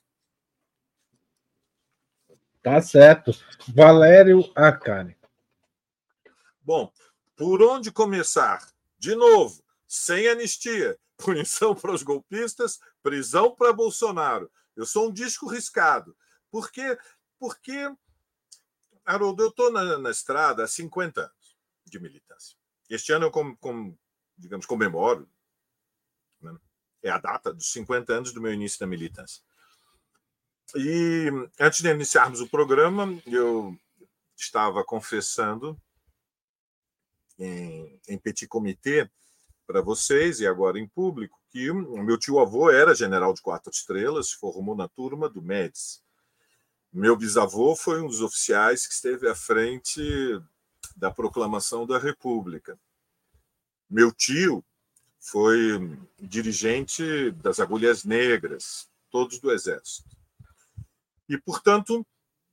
Speaker 1: Tá certo. Valério Arcari.
Speaker 3: Bom, por onde começar? De novo, sem anistia, punição para os golpistas, prisão para Bolsonaro. Eu sou um disco riscado. Por quê? Porque, Haroldo, eu estou na, na estrada há cinquenta anos de militância. Este ano eu, com, com, digamos, comemoro, né? É a data dos cinquenta anos do meu início na militância. E antes de iniciarmos o programa, eu estava confessando em, em petit comité para vocês, e agora em público, que o meu tio-avô era general de quatro estrelas, formou na turma do Médici. Meu bisavô foi um dos oficiais que esteve à frente da proclamação da República. Meu tio foi dirigente das Agulhas Negras, todos do Exército. E, portanto,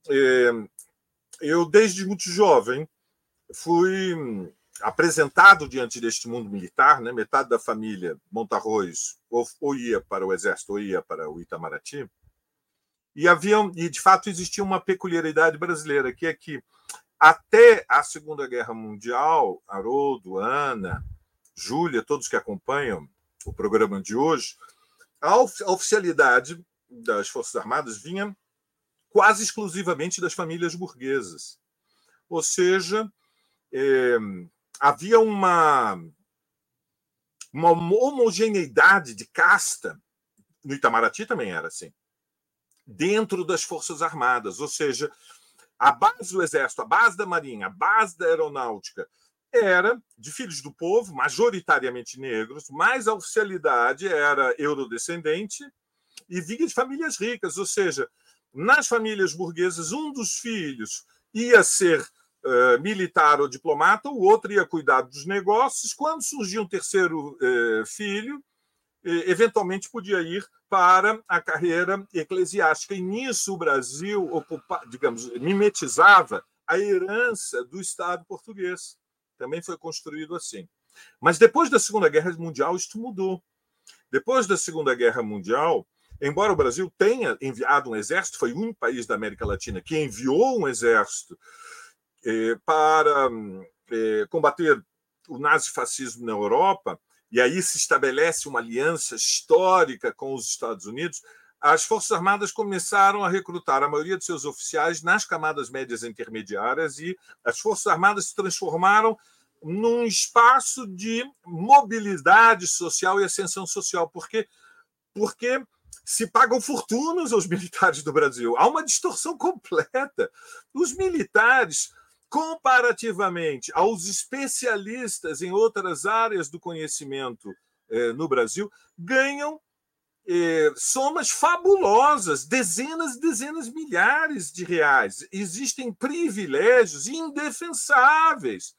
Speaker 3: eu, desde muito jovem, fui apresentado diante deste mundo militar, né? Metade da família Montarroz ou, ou ia para o Exército ou ia para o Itamaraty. E, havia, e, de fato, existia uma peculiaridade brasileira, que é que, até a Segunda Guerra Mundial, Haroldo, Ana, Júlia, todos que acompanham o programa de hoje, a oficialidade das Forças Armadas vinha quase exclusivamente das famílias burguesas. Ou seja, é, havia uma, uma homogeneidade de casta, no Itamaraty também era assim, dentro das Forças Armadas. Ou seja, a base do Exército, a base da Marinha, a base da Aeronáutica era de filhos do povo, majoritariamente negros, mas a oficialidade era eurodescendente e vinha de famílias ricas. Ou seja, nas famílias burguesas, um dos filhos ia ser uh, militar ou diplomata, o outro ia cuidar dos negócios. Quando surgia um terceiro uh, filho, eventualmente podia ir para a carreira eclesiástica. E nisso o Brasil, ocupa, digamos, mimetizava a herança do Estado português. Também foi construído assim. Mas depois da Segunda Guerra Mundial, isto mudou. Depois da Segunda Guerra Mundial, embora o Brasil tenha enviado um exército, foi o único país da América Latina que enviou um exército eh, para eh, combater o nazifascismo na Europa, e aí se estabelece uma aliança histórica com os Estados Unidos, as Forças Armadas começaram a recrutar a maioria de seus oficiais nas camadas médias intermediárias, e as Forças Armadas se transformaram num espaço de mobilidade social e ascensão social, porque, porque se pagam fortunas aos militares do Brasil. Há uma distorção completa. Os militares, comparativamente aos especialistas em outras áreas do conhecimento eh, no Brasil, ganham eh, somas fabulosas, dezenas e dezenas, milhares de reais. Existem privilégios indefensáveis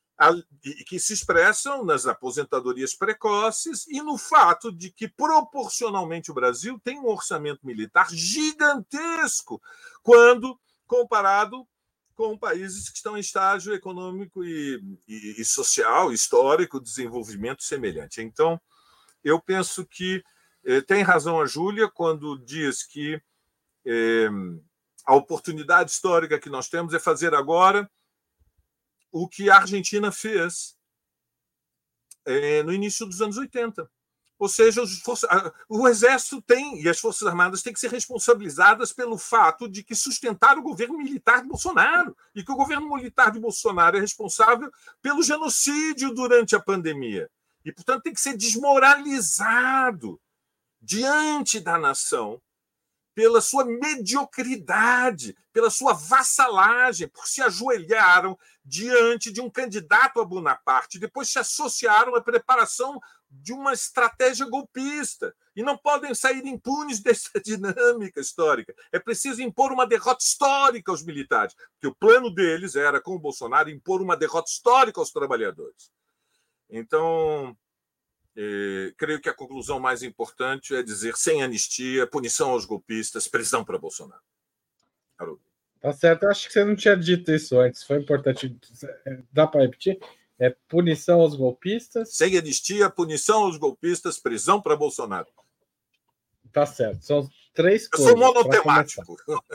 Speaker 3: que se expressam nas aposentadorias precoces e no fato de que, proporcionalmente, o Brasil tem um orçamento militar gigantesco quando comparado com países que estão em estágio econômico e, e, e social, histórico, desenvolvimento semelhante. Então, eu penso que eh, tem razão a Júlia quando diz que eh, a oportunidade histórica que nós temos é fazer agora o que a Argentina fez é, no início dos anos oitenta. Ou seja, os forças, o Exército tem, e as Forças Armadas têm que ser responsabilizadas pelo fato de que sustentaram o governo militar de Bolsonaro, e que o governo militar de Bolsonaro é responsável pelo genocídio durante a pandemia. E, portanto, tem que ser desmoralizado diante da nação pela sua mediocridade, pela sua vassalagem, por se ajoelharam diante de um candidato a Bonaparte, depois se associaram à preparação de uma estratégia golpista e não podem sair impunes dessa dinâmica histórica. É preciso impor uma derrota histórica aos militares, porque o plano deles era, com o Bolsonaro, impor uma derrota histórica aos trabalhadores. Então, eh, creio que a conclusão mais importante é dizer sem anistia, punição aos golpistas, prisão para Bolsonaro. Haroldo.
Speaker 1: Tá certo, eu acho que você não tinha dito isso antes, foi importante. Dá para repetir? É punição aos golpistas.
Speaker 3: Sem anistia, punição aos golpistas, prisão para Bolsonaro.
Speaker 1: Tá certo, são três
Speaker 3: eu
Speaker 1: coisas.
Speaker 3: Eu sou monotemático.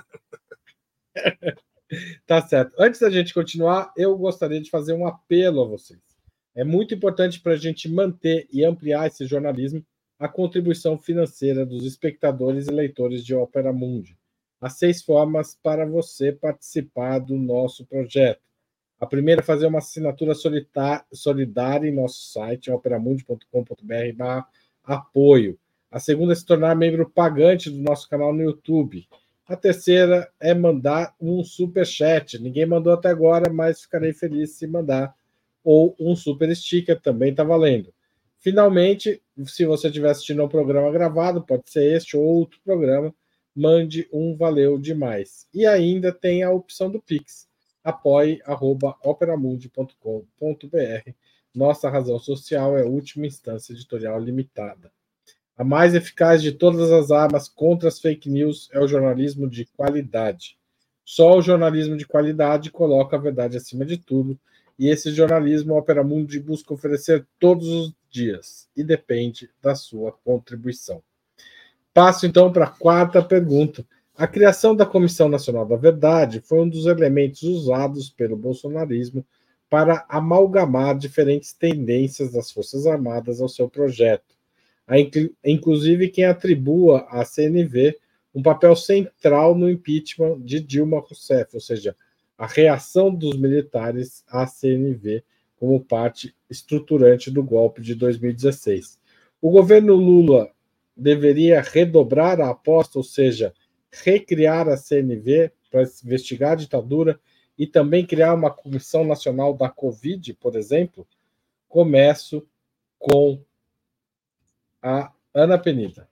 Speaker 1: Tá certo. Antes da gente continuar, eu gostaria de fazer um apelo a vocês. É muito importante para a gente manter e ampliar esse jornalismo a contribuição financeira dos espectadores e leitores de Opera Mundi. Há seis formas para você participar do nosso projeto. A primeira é fazer uma assinatura solidária em nosso site, operamundi ponto com ponto br barra apoio. A segunda é se tornar membro pagante do nosso canal no YouTube. A terceira é mandar um superchat. Ninguém mandou até agora, mas ficarei feliz se mandar. Ou um super sticker, também está valendo. Finalmente, se você estiver assistindo um programa gravado, pode ser este ou outro programa, mande um valeu demais. E ainda tem a opção do Pix. apoie arroba operamundi ponto com ponto br. Nossa razão social é a última instância editorial limitada. A mais eficaz de todas as armas contra as fake news é o jornalismo de qualidade. Só o jornalismo de qualidade coloca a verdade acima de tudo, e esse jornalismo a Opera Mundi busca oferecer todos os dias, e depende da sua contribuição. Passo então para a quarta pergunta. A criação da Comissão Nacional da Verdade foi um dos elementos usados pelo bolsonarismo para amalgamar diferentes tendências das Forças Armadas ao seu projeto. Inclusive quem atribua à C N V um papel central no impeachment de Dilma Rousseff, ou seja, a reação dos militares à C N V como parte estruturante do golpe de dois mil e dezesseis. O governo Lula deveria redobrar a aposta, ou seja, recriar a C N V para investigar a ditadura e também criar uma comissão nacional da Covid, por exemplo? Começo com a Ana Penida.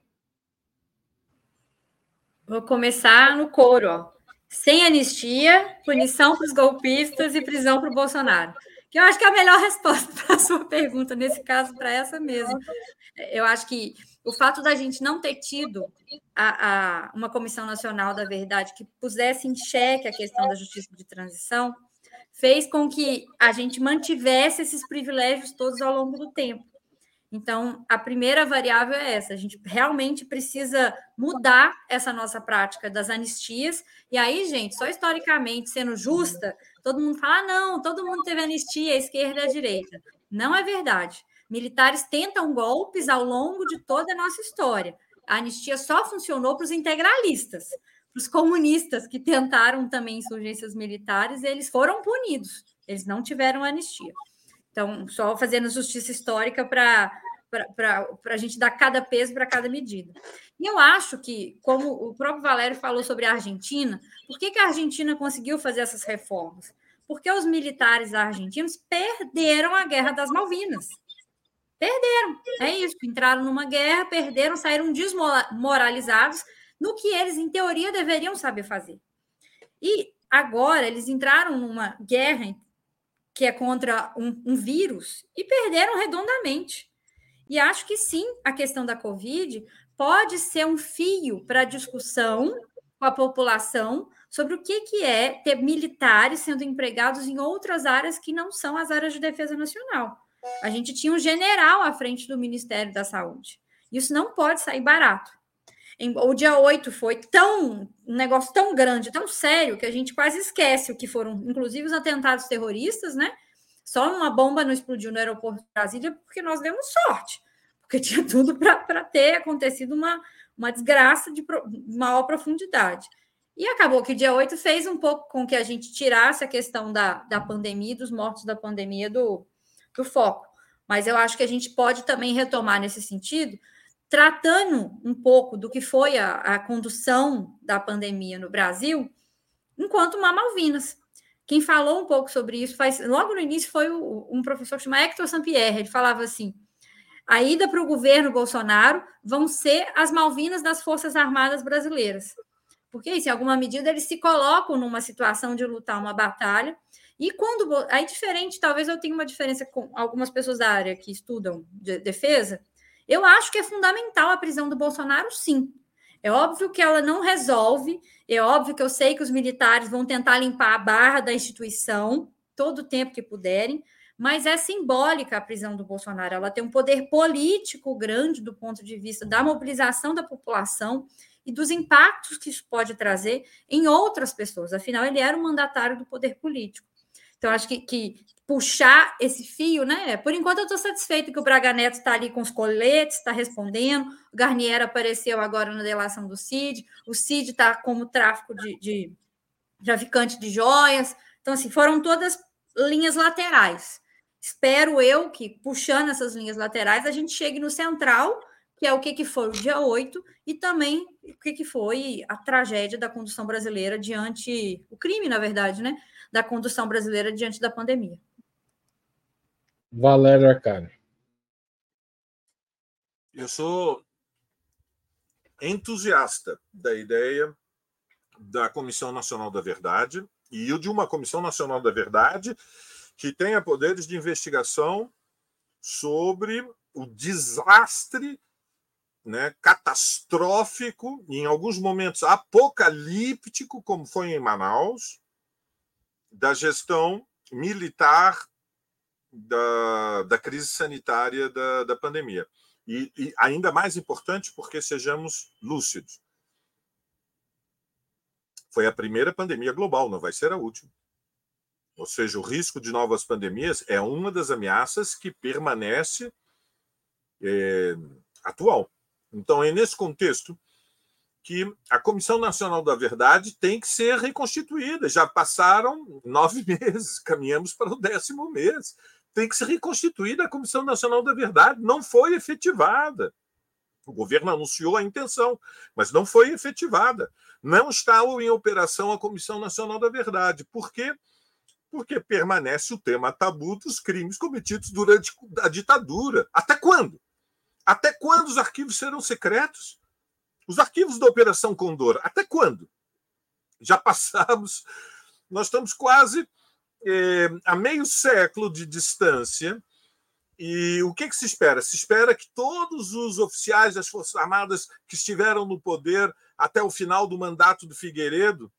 Speaker 2: Vou começar no coro, ó. Sem anistia, punição para os golpistas e prisão para o Bolsonaro. Que eu acho que é a melhor resposta para a sua pergunta, nesse caso, para essa mesmo. Eu acho que o fato da gente não ter tido a, a, uma Comissão Nacional da Verdade que pusesse em xeque a questão da justiça de transição fez com que a gente mantivesse esses privilégios todos ao longo do tempo. Então, a primeira variável é essa. A gente realmente precisa mudar essa nossa prática das anistias. E aí, gente, só historicamente, sendo justa, todo mundo fala, ah, não, todo mundo teve anistia, a esquerda e a direita. Não é verdade. Militares tentam golpes ao longo de toda a nossa história. A anistia só funcionou para os integralistas. Para os comunistas que tentaram também insurgências militares, eles foram punidos. Eles não tiveram anistia. Então, só fazendo justiça histórica para a gente dar cada peso para cada medida. E eu acho que, como o próprio Valério falou sobre a Argentina, por que, que a Argentina conseguiu fazer essas reformas? Porque os militares argentinos perderam a Guerra das Malvinas. Perderam, é isso. Entraram numa guerra, perderam, saíram desmoralizados no que eles, em teoria, deveriam saber fazer. E agora eles entraram numa guerra que é contra um, um vírus, e perderam redondamente. E acho que sim, a questão da Covid pode ser um fio para a discussão com a população sobre o que, que é ter militares sendo empregados em outras áreas que não são as áreas de defesa nacional. A gente tinha um general à frente do Ministério da Saúde. Isso não pode sair barato. O dia oito foi tão, um negócio tão grande, tão sério, que a gente quase esquece o que foram, inclusive, os atentados terroristas, né? Só uma bomba não explodiu no aeroporto de Brasília porque nós demos sorte, porque tinha tudo para ter acontecido uma, uma desgraça de maior profundidade. E acabou que o dia oito fez um pouco com que a gente tirasse a questão da, da pandemia, dos mortos da pandemia do, do foco. Mas eu acho que a gente pode também retomar nesse sentido, tratando um pouco do que foi a, a condução da pandemia no Brasil, enquanto uma Malvinas. Quem falou um pouco sobre isso, faz, logo no início, foi o, um professor que chama Hector Sampierre. Ele falava assim, a ida para o governo Bolsonaro vão ser as Malvinas das Forças Armadas brasileiras. Porque, isso, em alguma medida, eles se colocam numa situação de lutar uma batalha. E quando... Aí, diferente, talvez eu tenha uma diferença com algumas pessoas da área que estudam de defesa. Eu acho que é fundamental a prisão do Bolsonaro, sim. É óbvio que ela não resolve, é óbvio que eu sei que os militares vão tentar limpar a barra da instituição todo o tempo que puderem, mas é simbólica a prisão do Bolsonaro. Ela tem um poder político grande do ponto de vista da mobilização da população e dos impactos que isso pode trazer em outras pessoas. Afinal, ele era um mandatário do poder político. Então, acho que, que puxar esse fio, né? Por enquanto, eu estou satisfeita que o Braga Neto está ali com os coletes, está respondendo. O Garnier apareceu agora na delação do Cid. O Cid está como tráfico de, de traficante de joias. Então, assim, foram todas linhas laterais. Espero eu que, puxando essas linhas laterais, a gente chegue no central, que é o que, que foi o dia oito, e também o que, que foi a tragédia da condução brasileira diante... O crime, na verdade, né? Da condução brasileira diante da pandemia.
Speaker 1: Valério Arcari.
Speaker 3: Eu sou entusiasta da ideia da Comissão Nacional da Verdade e de uma Comissão Nacional da Verdade que tenha poderes de investigação sobre o desastre, né, catastrófico, em alguns momentos apocalíptico, como foi em Manaus, da gestão militar da, da crise sanitária da, da pandemia. E, e ainda mais importante, porque sejamos lúcidos. Foi a primeira pandemia global, não vai ser a última. Ou seja, o risco de novas pandemias é uma das ameaças que permanece é, atual. Então, é nesse contexto que a Comissão Nacional da Verdade tem que ser reconstituída. Já passaram nove meses, caminhamos para o décimo mês. Tem que ser reconstituída a Comissão Nacional da Verdade. Não foi efetivada. O governo anunciou a intenção, mas não foi efetivada. Não está em operação a Comissão Nacional da Verdade. Por quê? Porque permanece o tema tabu dos crimes cometidos durante a ditadura. Até quando? Até quando os arquivos serão secretos? Os arquivos da Operação Condor, até quando? Já passamos, nós estamos quase é, a meio século de distância. E o que, que se espera? Se espera que todos os oficiais das Forças Armadas que estiveram no poder até o final do mandato do Figueiredo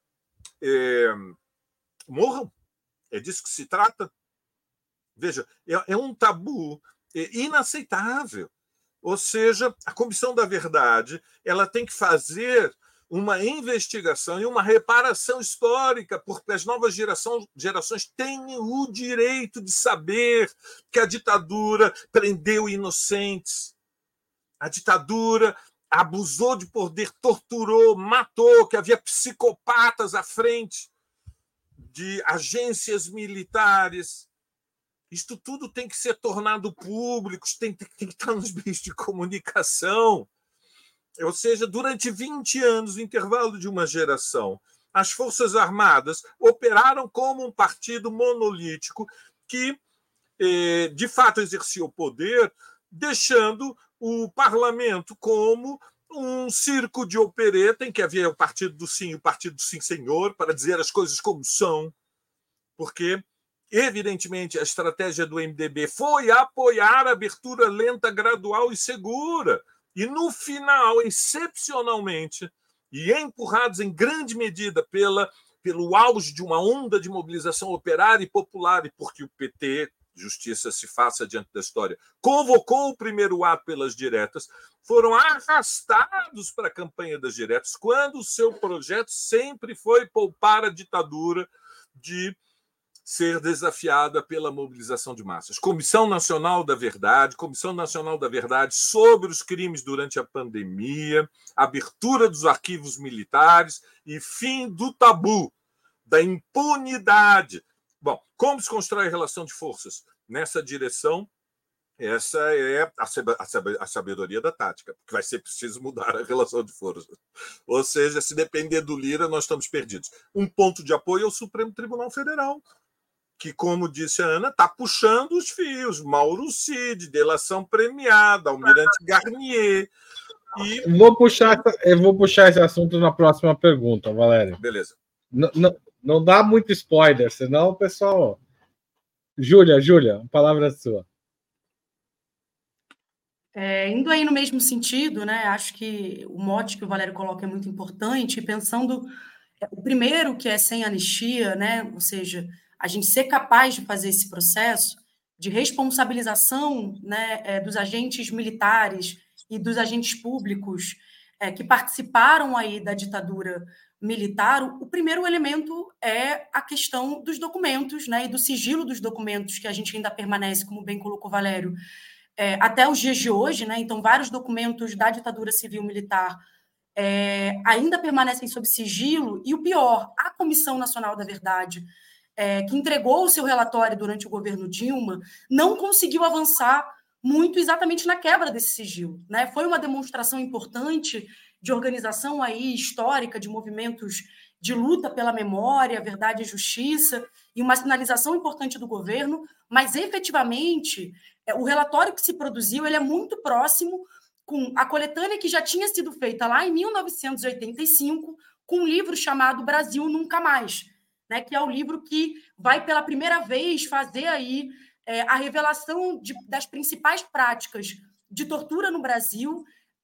Speaker 3: é, morram? É disso que se trata? Veja, é, é um tabu inaceitável. Ou seja, a Comissão da Verdade ela tem que fazer uma investigação e uma reparação histórica, porque as novas gerações, gerações têm o direito de saber que a ditadura prendeu inocentes, a ditadura abusou de poder, torturou, matou, que havia psicopatas à frente de agências militares. Isto tudo tem que ser tornado público, tem, tem que estar nos meios de comunicação. Ou seja, durante vinte anos, no intervalo de uma geração, as Forças Armadas operaram como um partido monolítico que, eh, de fato, exercia o poder, deixando o parlamento como um circo de opereta em que havia o partido do sim e o partido do sim senhor, para dizer as coisas como são, porque... Evidentemente, a estratégia do M D B foi apoiar a abertura lenta, gradual e segura. E, no final, excepcionalmente, e empurrados em grande medida pela, pelo auge de uma onda de mobilização operária e popular, e porque o P T, justiça se faça diante da história, convocou o primeiro ato pelas diretas, foram arrastados para a campanha das diretas, quando o seu projeto sempre foi poupar a ditadura de ser desafiada pela mobilização de massas. Comissão Nacional da Verdade, Comissão Nacional da Verdade sobre os crimes durante a pandemia, abertura dos arquivos militares e fim do tabu, da impunidade. Bom, como se constrói a relação de forças? Nessa direção, essa é a sabedoria da tática, porque vai ser preciso mudar a relação de forças. Ou seja, se depender do Lira, nós estamos perdidos. Um ponto de apoio é o Supremo Tribunal Federal, que, como disse a Ana, está puxando os fios. Mauro Cid, delação premiada, Almirante Garnier. E...
Speaker 1: Vou puxar, eu vou puxar esse assunto na próxima pergunta, Valério.
Speaker 3: Beleza.
Speaker 1: Não, não, não dá muito spoiler, senão o pessoal... Júlia, Júlia, a palavra é sua.
Speaker 4: É, indo aí no mesmo sentido, né? Acho que o mote que o Valério coloca é muito importante, pensando o primeiro, que é sem anistia, né? Ou seja, a gente ser capaz de fazer esse processo de responsabilização, né, é, dos agentes militares e dos agentes públicos é, que participaram aí da ditadura militar. O primeiro elemento é a questão dos documentos, né, e do sigilo dos documentos, que a gente ainda permanece, como bem colocou o Valério, é, até os dias de hoje, né? Então, vários documentos da ditadura civil-militar é, ainda permanecem sob sigilo, e o pior, a Comissão Nacional da Verdade, é, que entregou o seu relatório durante o governo Dilma, não conseguiu avançar muito exatamente na quebra desse sigilo, né? Foi uma demonstração importante de organização aí histórica, de movimentos de luta pela memória, verdade e justiça, e uma sinalização importante do governo, mas efetivamente o relatório que se produziu ele é muito próximo com a coletânea que já tinha sido feita lá em mil novecentos e oitenta e cinco, com um livro chamado Brasil Nunca Mais, né, que é o livro que vai pela primeira vez fazer aí é, a revelação de, das principais práticas de tortura no Brasil.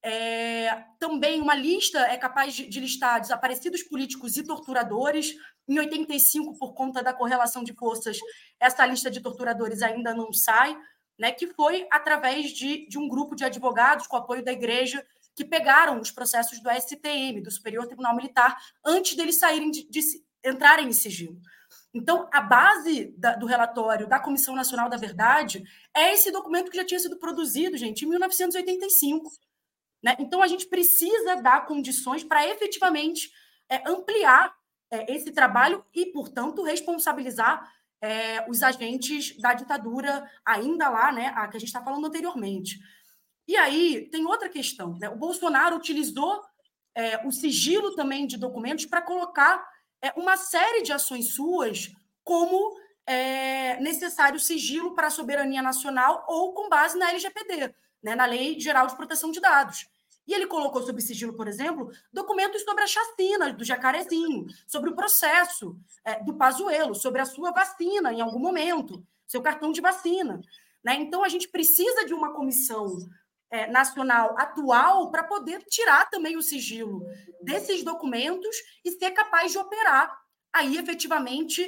Speaker 4: É, também uma lista é capaz de, de listar desaparecidos políticos e torturadores. Em oitenta e cinco, por conta da correlação de forças, essa lista de torturadores ainda não sai, né, que foi através de, de um grupo de advogados com apoio da igreja que pegaram os processos do S T M, do Superior Tribunal Militar, antes deles saírem de, de entrarem em sigilo. Então, a base da, do relatório da Comissão Nacional da Verdade é esse documento que já tinha sido produzido, gente, em mil novecentos e oitenta e cinco. Né? Então, a gente precisa dar condições para efetivamente é, ampliar é, esse trabalho e, portanto, responsabilizar é, os agentes da ditadura ainda lá, né, a que a gente está falando anteriormente. E aí, tem outra questão. Né? O Bolsonaro utilizou é, o sigilo também de documentos para colocar é, uma série de ações suas como é, necessário sigilo para a soberania nacional ou com base na L G P D, né, na Lei Geral de Proteção de Dados. E ele colocou sob sigilo, por exemplo, documentos sobre a chacina do Jacarezinho, sobre o processo é, do Pazuello, sobre a sua vacina em algum momento, seu cartão de vacina. Né? Então, a gente precisa de uma comissão é, nacional atual para poder tirar também o sigilo desses documentos e ser capaz de operar aí, efetivamente,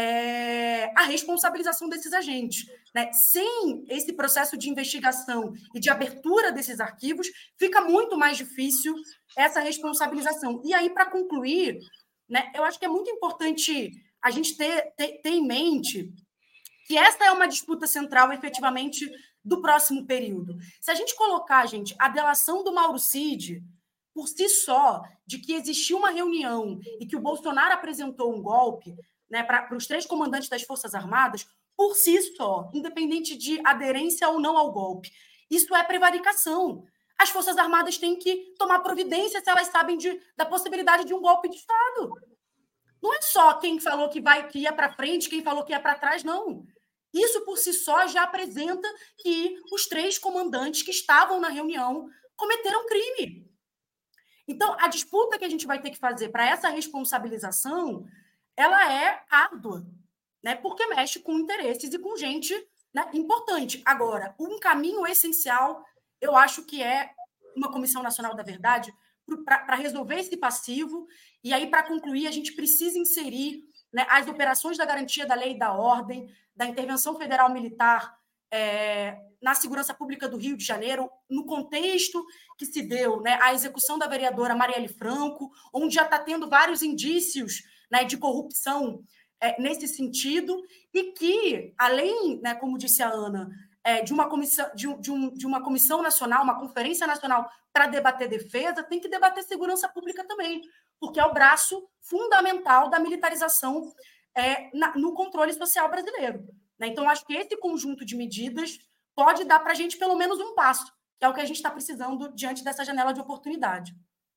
Speaker 4: É, a responsabilização desses agentes. Né? Sem esse processo de investigação e de abertura desses arquivos, fica muito mais difícil essa responsabilização. E aí, para concluir, né, eu acho que é muito importante a gente ter, ter, ter em mente que essa é uma disputa central, efetivamente, do próximo período. Se a gente colocar, gente, a delação do Mauro Cid, por si só, de que existiu uma reunião e que o Bolsonaro apresentou um golpe, né, para os três comandantes das Forças Armadas, por si só, independente de aderência ou não ao golpe. Isso é prevaricação. As Forças Armadas têm que tomar providência se elas sabem de, da possibilidade de um golpe de Estado. Não é só quem falou que, vai, que ia para frente, quem falou que ia para trás, não. Isso, por si só, já apresenta que os três comandantes que estavam na reunião cometeram crime. Então, a disputa que a gente vai ter que fazer para essa responsabilização ela é árdua, né? Porque mexe com interesses e com gente, né, importante. Agora, um caminho essencial, eu acho que é uma Comissão Nacional da Verdade para resolver esse passivo, e aí, para concluir, a gente precisa inserir, né, as operações da garantia da lei e da ordem, da intervenção federal militar é, na segurança pública do Rio de Janeiro, no contexto que se deu, né, a execução da vereadora Marielle Franco, onde já está tendo vários indícios, né, de corrupção é, nesse sentido, e que, além, né, como disse a Ana, é, de, uma comissão, de, um, de, um, de uma comissão nacional, uma conferência nacional para debater defesa, tem que debater segurança pública também, porque é o braço fundamental da militarização é, na, no controle social brasileiro. Né? Então, acho que esse conjunto de medidas pode dar para a gente pelo menos um passo, que é o que a gente está precisando diante dessa janela de oportunidade.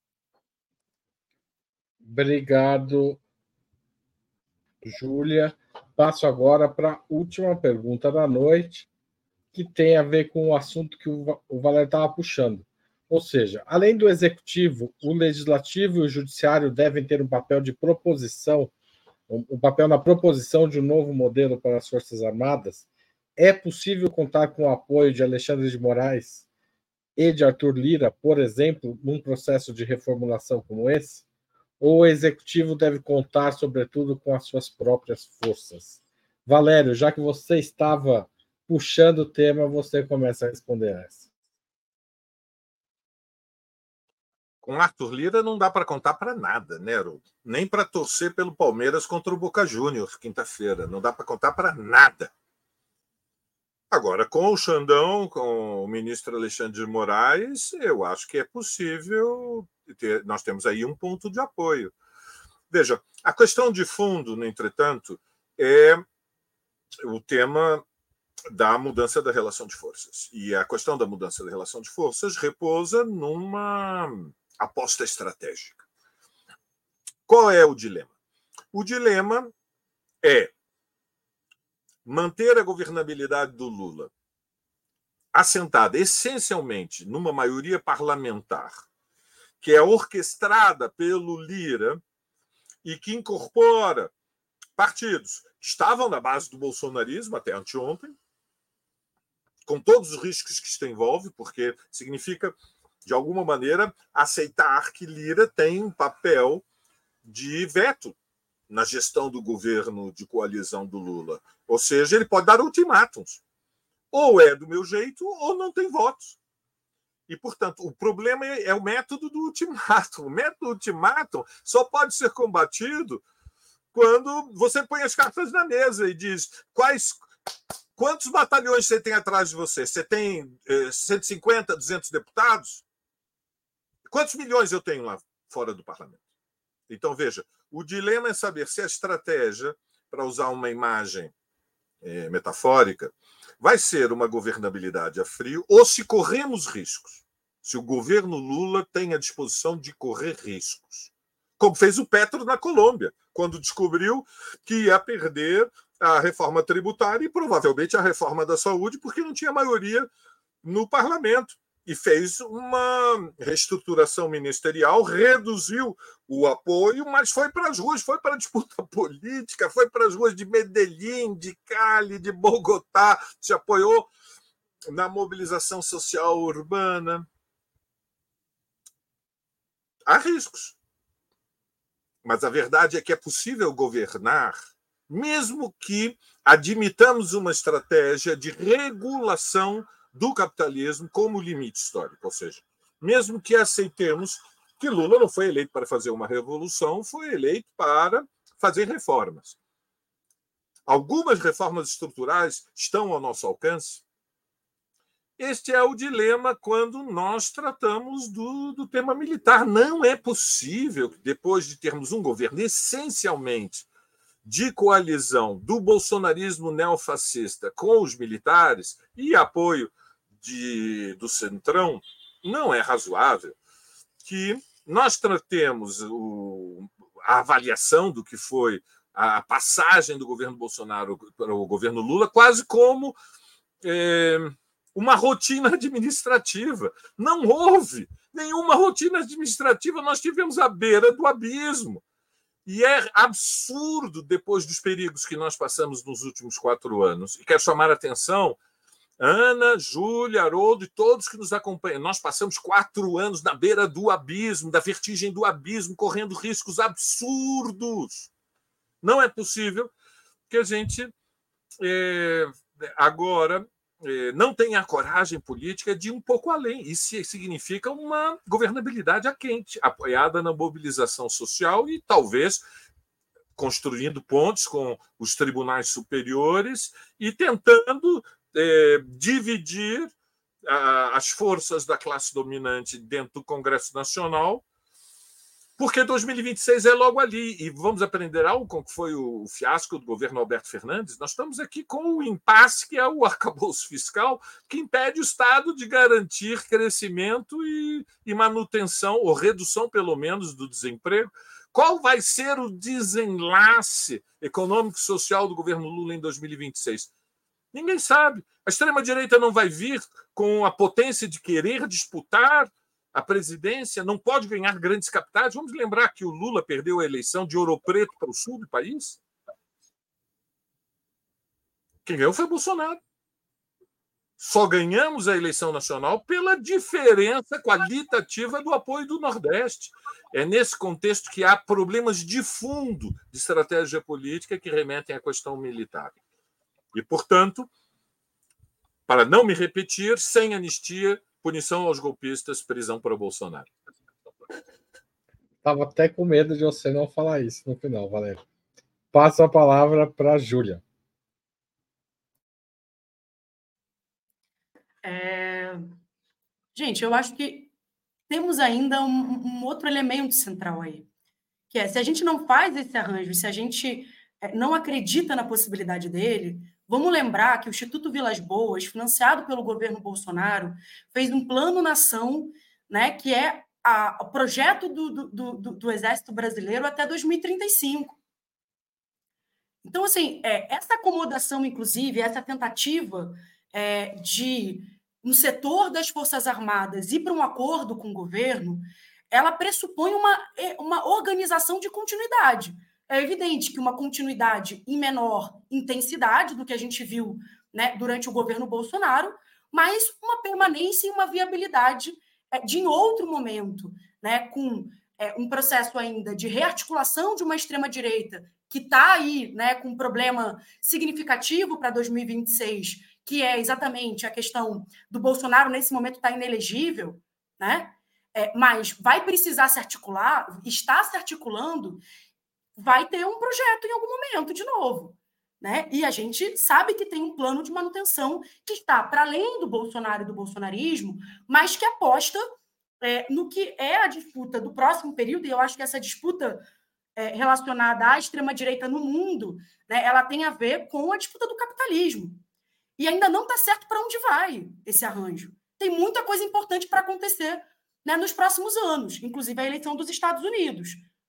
Speaker 1: Obrigado, Júlia. Passo agora para a última pergunta da noite, que tem a ver com o assunto que o Valério estava puxando. Ou seja, além do executivo, o legislativo e o judiciário devem ter um papel de proposição, um papel na proposição de um novo modelo para as Forças Armadas. É possível contar com o apoio de Alexandre de Moraes e de Arthur Lira, por exemplo, num processo de reformulação como esse? Ou o executivo deve contar, sobretudo, com as suas próprias forças? Valério, já que você estava puxando o tema, você começa a responder essa.
Speaker 3: Com Arthur Lira não dá para contar para nada, né, Haroldo? Nem para torcer pelo Palmeiras contra o Boca Juniors, quinta-feira. Não dá para contar para nada. Agora, com o Xandão, com o ministro Alexandre de Moraes, eu acho que é possível ter, nós temos aí um ponto de apoio. Veja, a questão de fundo, no entretanto, é o tema da mudança da relação de forças. E a questão da mudança da relação de forças repousa numa aposta estratégica. Qual é o dilema? O dilema é manter a governabilidade do Lula assentada essencialmente numa maioria parlamentar que é orquestrada pelo Lira e que incorpora partidos que estavam na base do bolsonarismo até anteontem, com todos os riscos que isso envolve, porque significa, de alguma maneira, aceitar que Lira tem um papel de veto na gestão do governo de coalizão do Lula. Ou seja, ele pode dar ultimátumos. Ou é do meu jeito, ou não tem votos. E, portanto, o problema é o método do ultimátum. O método do ultimátum só pode ser combatido quando você põe as cartas na mesa e diz quais, quantos batalhões você tem atrás de você? Você tem eh, cento e cinquenta, duzentos deputados? Quantos milhões eu tenho lá fora do parlamento? Então, veja, o dilema é saber se a estratégia, para usar uma imagem eh, metafórica, vai ser uma governabilidade a frio ou se corremos riscos. Se o governo Lula tem a disposição de correr riscos. Como fez o Petro na Colômbia, quando descobriu que ia perder a reforma tributária e provavelmente a reforma da saúde, porque não tinha maioria no parlamento. E fez uma reestruturação ministerial, reduziu o apoio, mas foi para as ruas, foi para a disputa política, foi para as ruas de Medellín, de Cali, de Bogotá, se apoiou na mobilização social urbana. Há riscos. Mas a verdade é que é possível governar, mesmo que admitamos uma estratégia de regulação do capitalismo como limite histórico. Ou seja, mesmo que aceitemos que Lula não foi eleito para fazer uma revolução, foi eleito para fazer reformas. Algumas reformas estruturais estão ao nosso alcance. Este é o dilema quando nós tratamos do, do tema militar. Não é possível que, depois de termos um governo essencialmente de coalizão do bolsonarismo neofascista com os militares e apoio de, do Centrão, não é razoável que nós tratemos o, a avaliação do que foi a passagem do governo Bolsonaro para o governo Lula quase como é, uma rotina administrativa. Não houve nenhuma rotina administrativa, nós tivemos à beira do abismo. E é absurdo, depois dos perigos que nós passamos nos últimos quatro anos, e quero chamar a atenção, Ana, Júlia, Haroldo e todos que nos acompanham, nós passamos quatro anos na beira do abismo, da vertigem do abismo, correndo riscos absurdos. Não é possível que a gente é, agora é, não tenha a coragem política de ir um pouco além. Isso significa uma governabilidade a quente, apoiada na mobilização social e talvez construindo pontes com os tribunais superiores e tentando é, dividir a, as forças da classe dominante dentro do Congresso Nacional, porque dois mil e vinte e seis é logo ali. E vamos aprender algo com que foi o fiasco do governo Alberto Fernandes. Nós estamos aqui com o impasse que é o arcabouço fiscal, que impede o Estado de garantir crescimento e, e manutenção, ou redução, pelo menos, do desemprego. Qual vai ser o desenlace econômico e social do governo Lula em dois mil e vinte e seis? Ninguém sabe. A extrema-direita não vai vir com a potência de querer disputar a presidência, não pode ganhar grandes capitais. Vamos lembrar que o Lula perdeu a eleição de Ouro Preto para o sul do país. Quem ganhou foi Bolsonaro. Só ganhamos a eleição nacional pela diferença qualitativa do apoio do Nordeste. É nesse contexto que há problemas de fundo de estratégia política que remetem à questão militar. E, portanto, para não me repetir, sem anistia, punição aos golpistas, prisão para Bolsonaro.
Speaker 1: Estava até com medo de você não falar isso no final, Valério. Passo a palavra para a Júlia.
Speaker 4: É... Gente, eu acho que temos ainda um, um outro elemento central aí, que é, se a gente não faz esse arranjo, se a gente não acredita na possibilidade dele, vamos lembrar que o Instituto Vilas Boas, financiado pelo governo Bolsonaro, fez um plano nação, né, que é a, o projeto do, do, do, do Exército Brasileiro até dois mil e trinta e cinco. Então, assim, é, essa acomodação, inclusive, essa tentativa é, de um setor das Forças Armadas ir para um acordo com o governo, ela pressupõe uma, uma organização de continuidade. É evidente que uma continuidade em menor intensidade do que a gente viu, né, durante o governo Bolsonaro, mas uma permanência e uma viabilidade é, de, em outro momento, né, com é, um processo ainda de rearticulação de uma extrema-direita que está aí, né, com um problema significativo para dois mil e vinte e seis, que é exatamente a questão do Bolsonaro, nesse momento, estar inelegível, né? É, mas vai precisar se articular, está se articulando, vai ter um projeto em algum momento de novo, né? E a gente sabe que tem um plano de manutenção que está para além do Bolsonaro e do bolsonarismo, mas que aposta é, no que é a disputa do próximo período, e eu acho que essa disputa é, relacionada à extrema-direita no mundo, né, ela tem a ver com a disputa do capitalismo. E ainda não está certo para onde vai esse arranjo. Tem muita coisa importante para acontecer, né, nos próximos anos, inclusive a eleição dos Estados Unidos.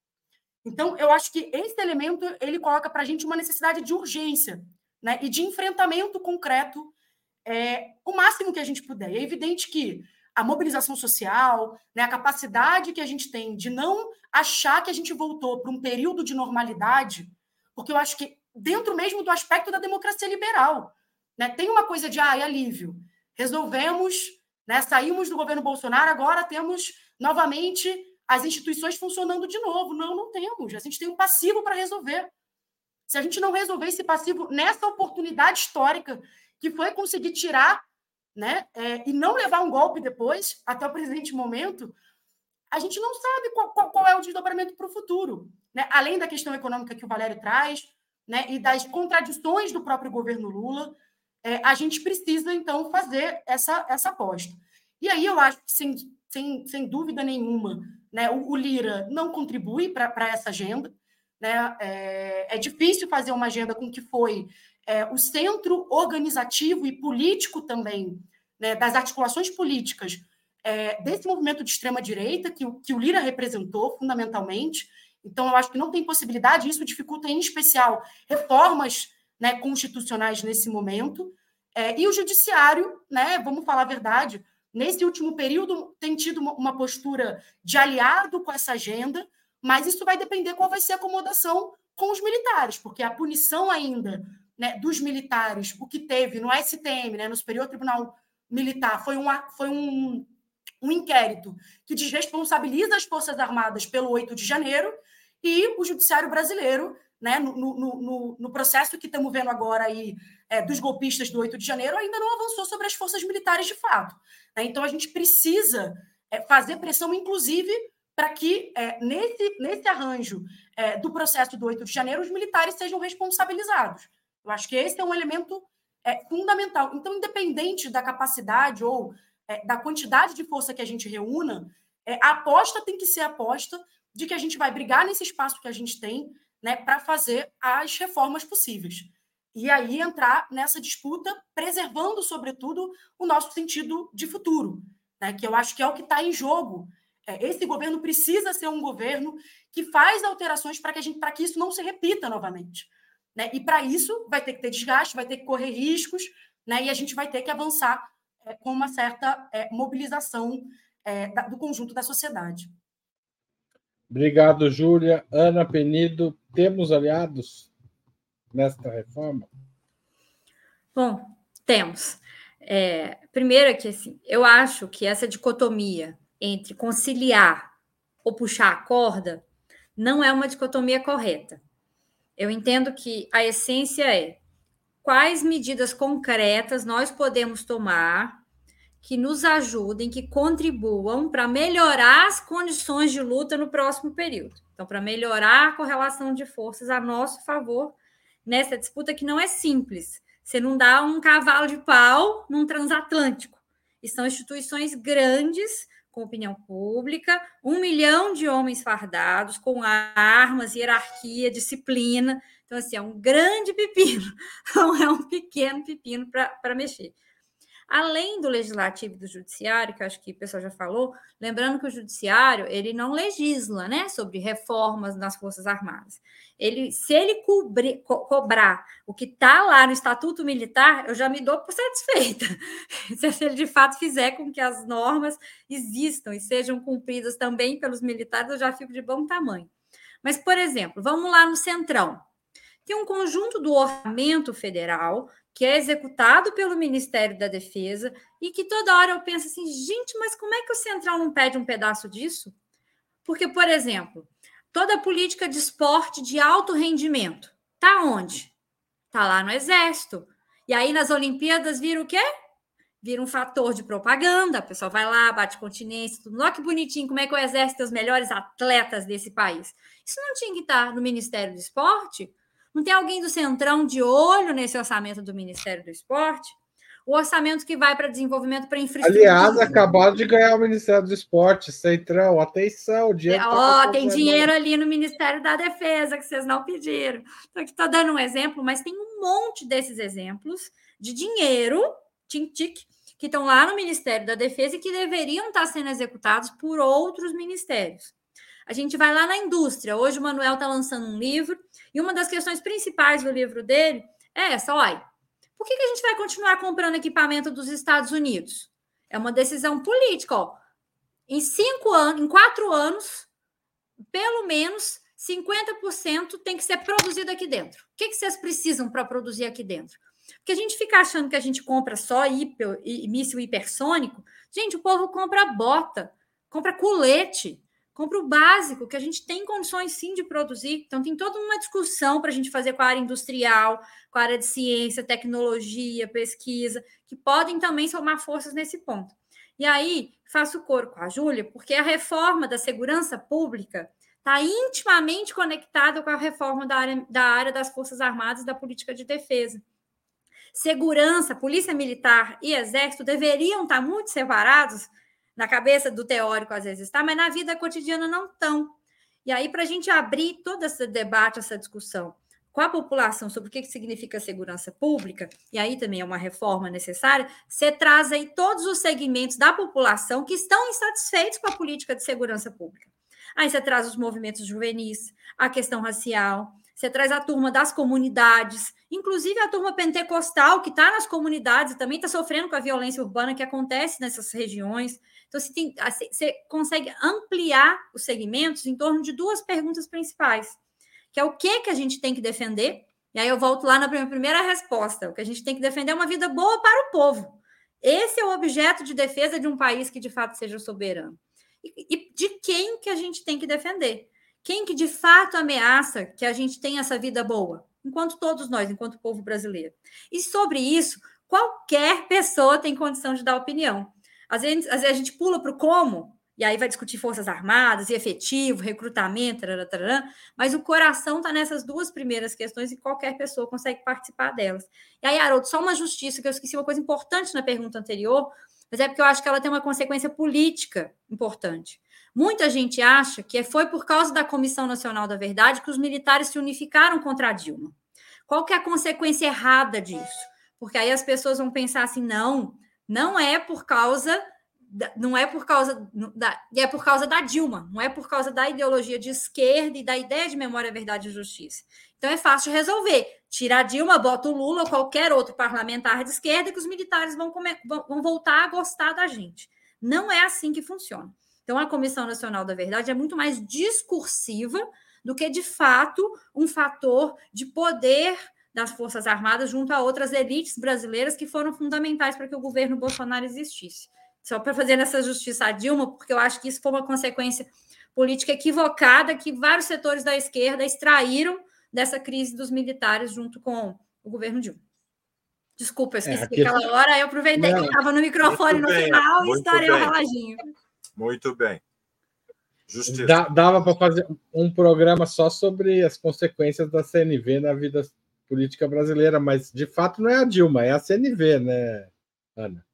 Speaker 4: Então, eu acho que esse elemento ele coloca para a gente uma necessidade de urgência, né, e de enfrentamento concreto é, o máximo que a gente puder. E é evidente que a mobilização social, né, a capacidade que a gente tem de não achar que a gente voltou para um período de normalidade, porque eu acho que dentro mesmo do aspecto da democracia liberal, né, tem uma coisa de ah, é alívio. Resolvemos, né, saímos do governo Bolsonaro, agora temos novamente as instituições funcionando de novo. Não, não temos. A gente tem um passivo para resolver. Se a gente não resolver esse passivo nessa oportunidade histórica que foi conseguir tirar, né, é, e não levar um golpe depois, até o presente momento, a gente não sabe qual, qual, qual é o desdobramento para o futuro. Né? Além da questão econômica que o Valério traz, né, e das contradições do próprio governo Lula, é, a gente precisa, então, fazer essa, essa aposta. E aí eu acho que, sem, sem, sem dúvida nenhuma, né, o, o Lira não contribui para essa agenda. Né? É, é difícil fazer uma agenda com que foi é, o centro organizativo e político também, né, das articulações políticas é, desse movimento de extrema-direita que, que o Lira representou fundamentalmente. Então, eu acho que não tem possibilidade, isso dificulta, em especial, reformas, né, constitucionais nesse momento. É, e o judiciário, né, vamos falar a verdade, nesse último período tem tido uma postura de aliado com essa agenda, mas isso vai depender qual vai ser a acomodação com os militares, porque a punição ainda, né, dos militares, o que teve no S T M, né, no Superior Tribunal Militar, foi, uma, foi um, um inquérito que desresponsabiliza as Forças Armadas pelo oito de janeiro, e o judiciário brasileiro, né, no, no, no, no processo que estamos vendo agora aí, é, dos golpistas do oito de janeiro, ainda não avançou sobre as forças militares de fato. Né? Então, a gente precisa é, fazer pressão, inclusive, para que, é, nesse, nesse arranjo é, do processo do oito de janeiro, os militares sejam responsabilizados. Eu acho que esse é um elemento é, fundamental. Então, independente da capacidade ou é, da quantidade de força que a gente reúna, é, a aposta tem que ser a aposta de que a gente vai brigar nesse espaço que a gente tem, né, para fazer as reformas possíveis. E aí entrar nessa disputa, preservando, sobretudo, o nosso sentido de futuro, né, que eu acho que é o que está em jogo. É, esse governo precisa ser um governo que faz alterações para que, a gente, para que isso não se repita novamente. Né? E, para isso, vai ter que ter desgaste, vai ter que correr riscos, né, e a gente vai ter que avançar é, com uma certa é, mobilização é, da, do conjunto da sociedade.
Speaker 1: Obrigado, Júlia. Ana Penido, temos aliados nesta reforma?
Speaker 2: Bom, temos. É, primeiro é que assim, eu acho que essa dicotomia entre conciliar ou puxar a corda não é uma dicotomia correta. Eu entendo que a essência é quais medidas concretas nós podemos tomar que nos ajudem, que contribuam para melhorar as condições de luta no próximo período. Então, para melhorar a correlação de forças a nosso favor nessa disputa que não é simples. Você não dá um cavalo de pau num transatlântico. E são instituições grandes, com opinião pública, um milhão de homens fardados, com armas, hierarquia, disciplina. Então, assim, é um grande pepino, não é um pequeno pepino para mexer. Além do legislativo e do judiciário, que eu acho que o pessoal já falou, lembrando que o judiciário ele não legisla, né, sobre reformas nas Forças Armadas. Ele, se ele cobrir, co- cobrar o que está lá no Estatuto Militar, eu já me dou por satisfeita. Se ele de fato fizer com que as normas existam e sejam cumpridas também pelos militares, eu já fico de bom tamanho. Mas, por exemplo, vamos lá no Centrão. Tem um conjunto do orçamento federal que é executado pelo Ministério da Defesa e que toda hora eu penso assim, gente, mas como é que o Central não pede um pedaço disso? Porque, por exemplo, toda a política de esporte de alto rendimento está onde? Está lá no Exército. E aí, nas Olimpíadas, vira o quê? Vira um fator de propaganda. A pessoa vai lá, bate continência, tudo. Olha que bonitinho, como é que o Exército tem os melhores atletas desse país. Isso não tinha que estar no Ministério do Esporte? Não tem alguém do Centrão de olho nesse orçamento do Ministério do Esporte? O orçamento que vai para desenvolvimento para infraestrutura.
Speaker 1: Aliás, acabaram de ganhar o Ministério do Esporte, Centrão, atenção, o dinheiro
Speaker 2: Ó, oh, tem dinheiro ali no Ministério da Defesa que vocês não pediram. Então, aqui estou dando um exemplo, mas tem um monte desses exemplos de dinheiro, tic-tic, que estão lá no Ministério da Defesa e que deveriam estar sendo executados por outros ministérios. A gente vai lá na indústria. Hoje o Manuel está lançando um livro e uma das questões principais do livro dele é essa, olha, por que, que a gente vai continuar comprando equipamento dos Estados Unidos? É uma decisão política, ó. Em cinco anos, em quatro anos, pelo menos cinquenta por cento tem que ser produzido aqui dentro. O que, que vocês precisam para produzir aqui dentro? Porque a gente fica achando que a gente compra só hiper, míssil hipersônico. Gente, o povo compra bota, compra colete, compra o básico, que a gente tem condições, sim, de produzir. Então, tem toda uma discussão para a gente fazer com a área industrial, com a área de ciência, tecnologia, pesquisa, que podem também somar forças nesse ponto. E aí, faço coro com a Júlia, porque a reforma da segurança pública está intimamente conectada com a reforma da área, da área das Forças Armadas e da política de defesa. Segurança, polícia militar e exército deveriam estar muito separados. Na cabeça do teórico, às vezes está, mas na vida cotidiana não estão. E aí, para a gente abrir todo esse debate, essa discussão com a população sobre o que significa segurança pública, e aí também é uma reforma necessária, você traz aí todos os segmentos da população que estão insatisfeitos com a política de segurança pública. Aí você traz os movimentos juvenis, a questão racial, você traz a turma das comunidades, inclusive a turma pentecostal, que está nas comunidades e também está sofrendo com a violência urbana que acontece nessas regiões. Então, você, tem, você consegue ampliar os segmentos em torno de duas perguntas principais, que é o que, que a gente tem que defender, e aí eu volto lá na minha primeira resposta, o que a gente tem que defender é uma vida boa para o povo. Esse é o objeto de defesa de um país que, de fato, seja soberano. E, e de quem que a gente tem que defender? Quem que, de fato, ameaça que a gente tenha essa vida boa? Enquanto todos nós, enquanto povo brasileiro. E sobre isso, qualquer pessoa tem condição de dar opinião. Às vezes, às vezes a gente pula para o como, e aí vai discutir Forças Armadas, e efetivo, recrutamento, tarará, tarará, mas o coração está nessas duas primeiras questões e qualquer pessoa consegue participar delas. E aí, Haroldo, só uma justiça, que eu esqueci uma coisa importante na pergunta anterior, mas é porque eu acho que ela tem uma consequência política importante. Muita gente acha que foi por causa da Comissão Nacional da Verdade que os militares se unificaram contra a Dilma. Qual que é a consequência errada disso? Porque aí as pessoas vão pensar assim, não, não é por causa... não é por causa da, é por causa da Dilma, não é por causa da ideologia de esquerda e da ideia de memória, verdade e justiça. Então é fácil de resolver. Tira a Dilma, bota o Lula ou qualquer outro parlamentar de esquerda que os militares vão, comer, vão voltar a gostar da gente. Não é assim que funciona. Então a Comissão Nacional da Verdade é muito mais discursiva do que, de fato, um fator de poder das Forças Armadas junto a outras elites brasileiras que foram fundamentais para que o governo Bolsonaro existisse. Só para fazer essa justiça a Dilma, porque eu acho que isso foi uma consequência política equivocada que vários setores da esquerda extraíram dessa crise dos militares junto com o governo Dilma. Desculpa, eu esqueci é, aqui... aquela hora, eu aproveitei Não. que estava no microfone muito no bem, final e estourei o reloginho.
Speaker 3: Muito bem.
Speaker 1: Justiça. Dá, dava para fazer um programa só sobre as consequências da C N V na vida política brasileira, mas de fato não é a Dilma, é a C N V, né, Ana?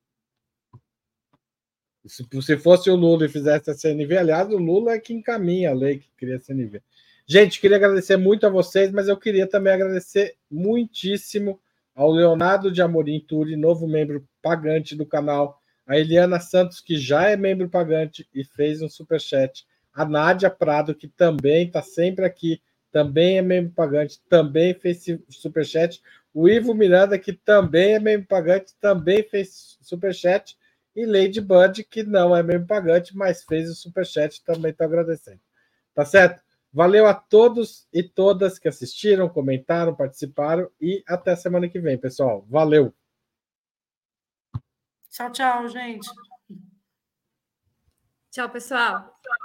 Speaker 1: Se, se fosse o Lula e fizesse a C N V, aliás, o Lula é que encaminha a lei que cria a C N V. Gente, queria agradecer muito a vocês, mas eu queria também agradecer muitíssimo ao Leonardo de Amorim Turi, novo membro pagante do canal, a Eliana Santos, que já é membro pagante e fez um superchat, a Nádia Prado, que também está sempre aqui, também é membro pagante, também fez superchat, o Ivo Miranda, que também é membro pagante, também fez superchat, e Lady Bud, que não é membro pagante, mas fez o superchat, também estou agradecendo. Tá certo? Valeu a todos e todas que assistiram, comentaram, participaram, e até semana que vem, pessoal. Valeu!
Speaker 4: Tchau, tchau, gente.
Speaker 2: Tchau, pessoal.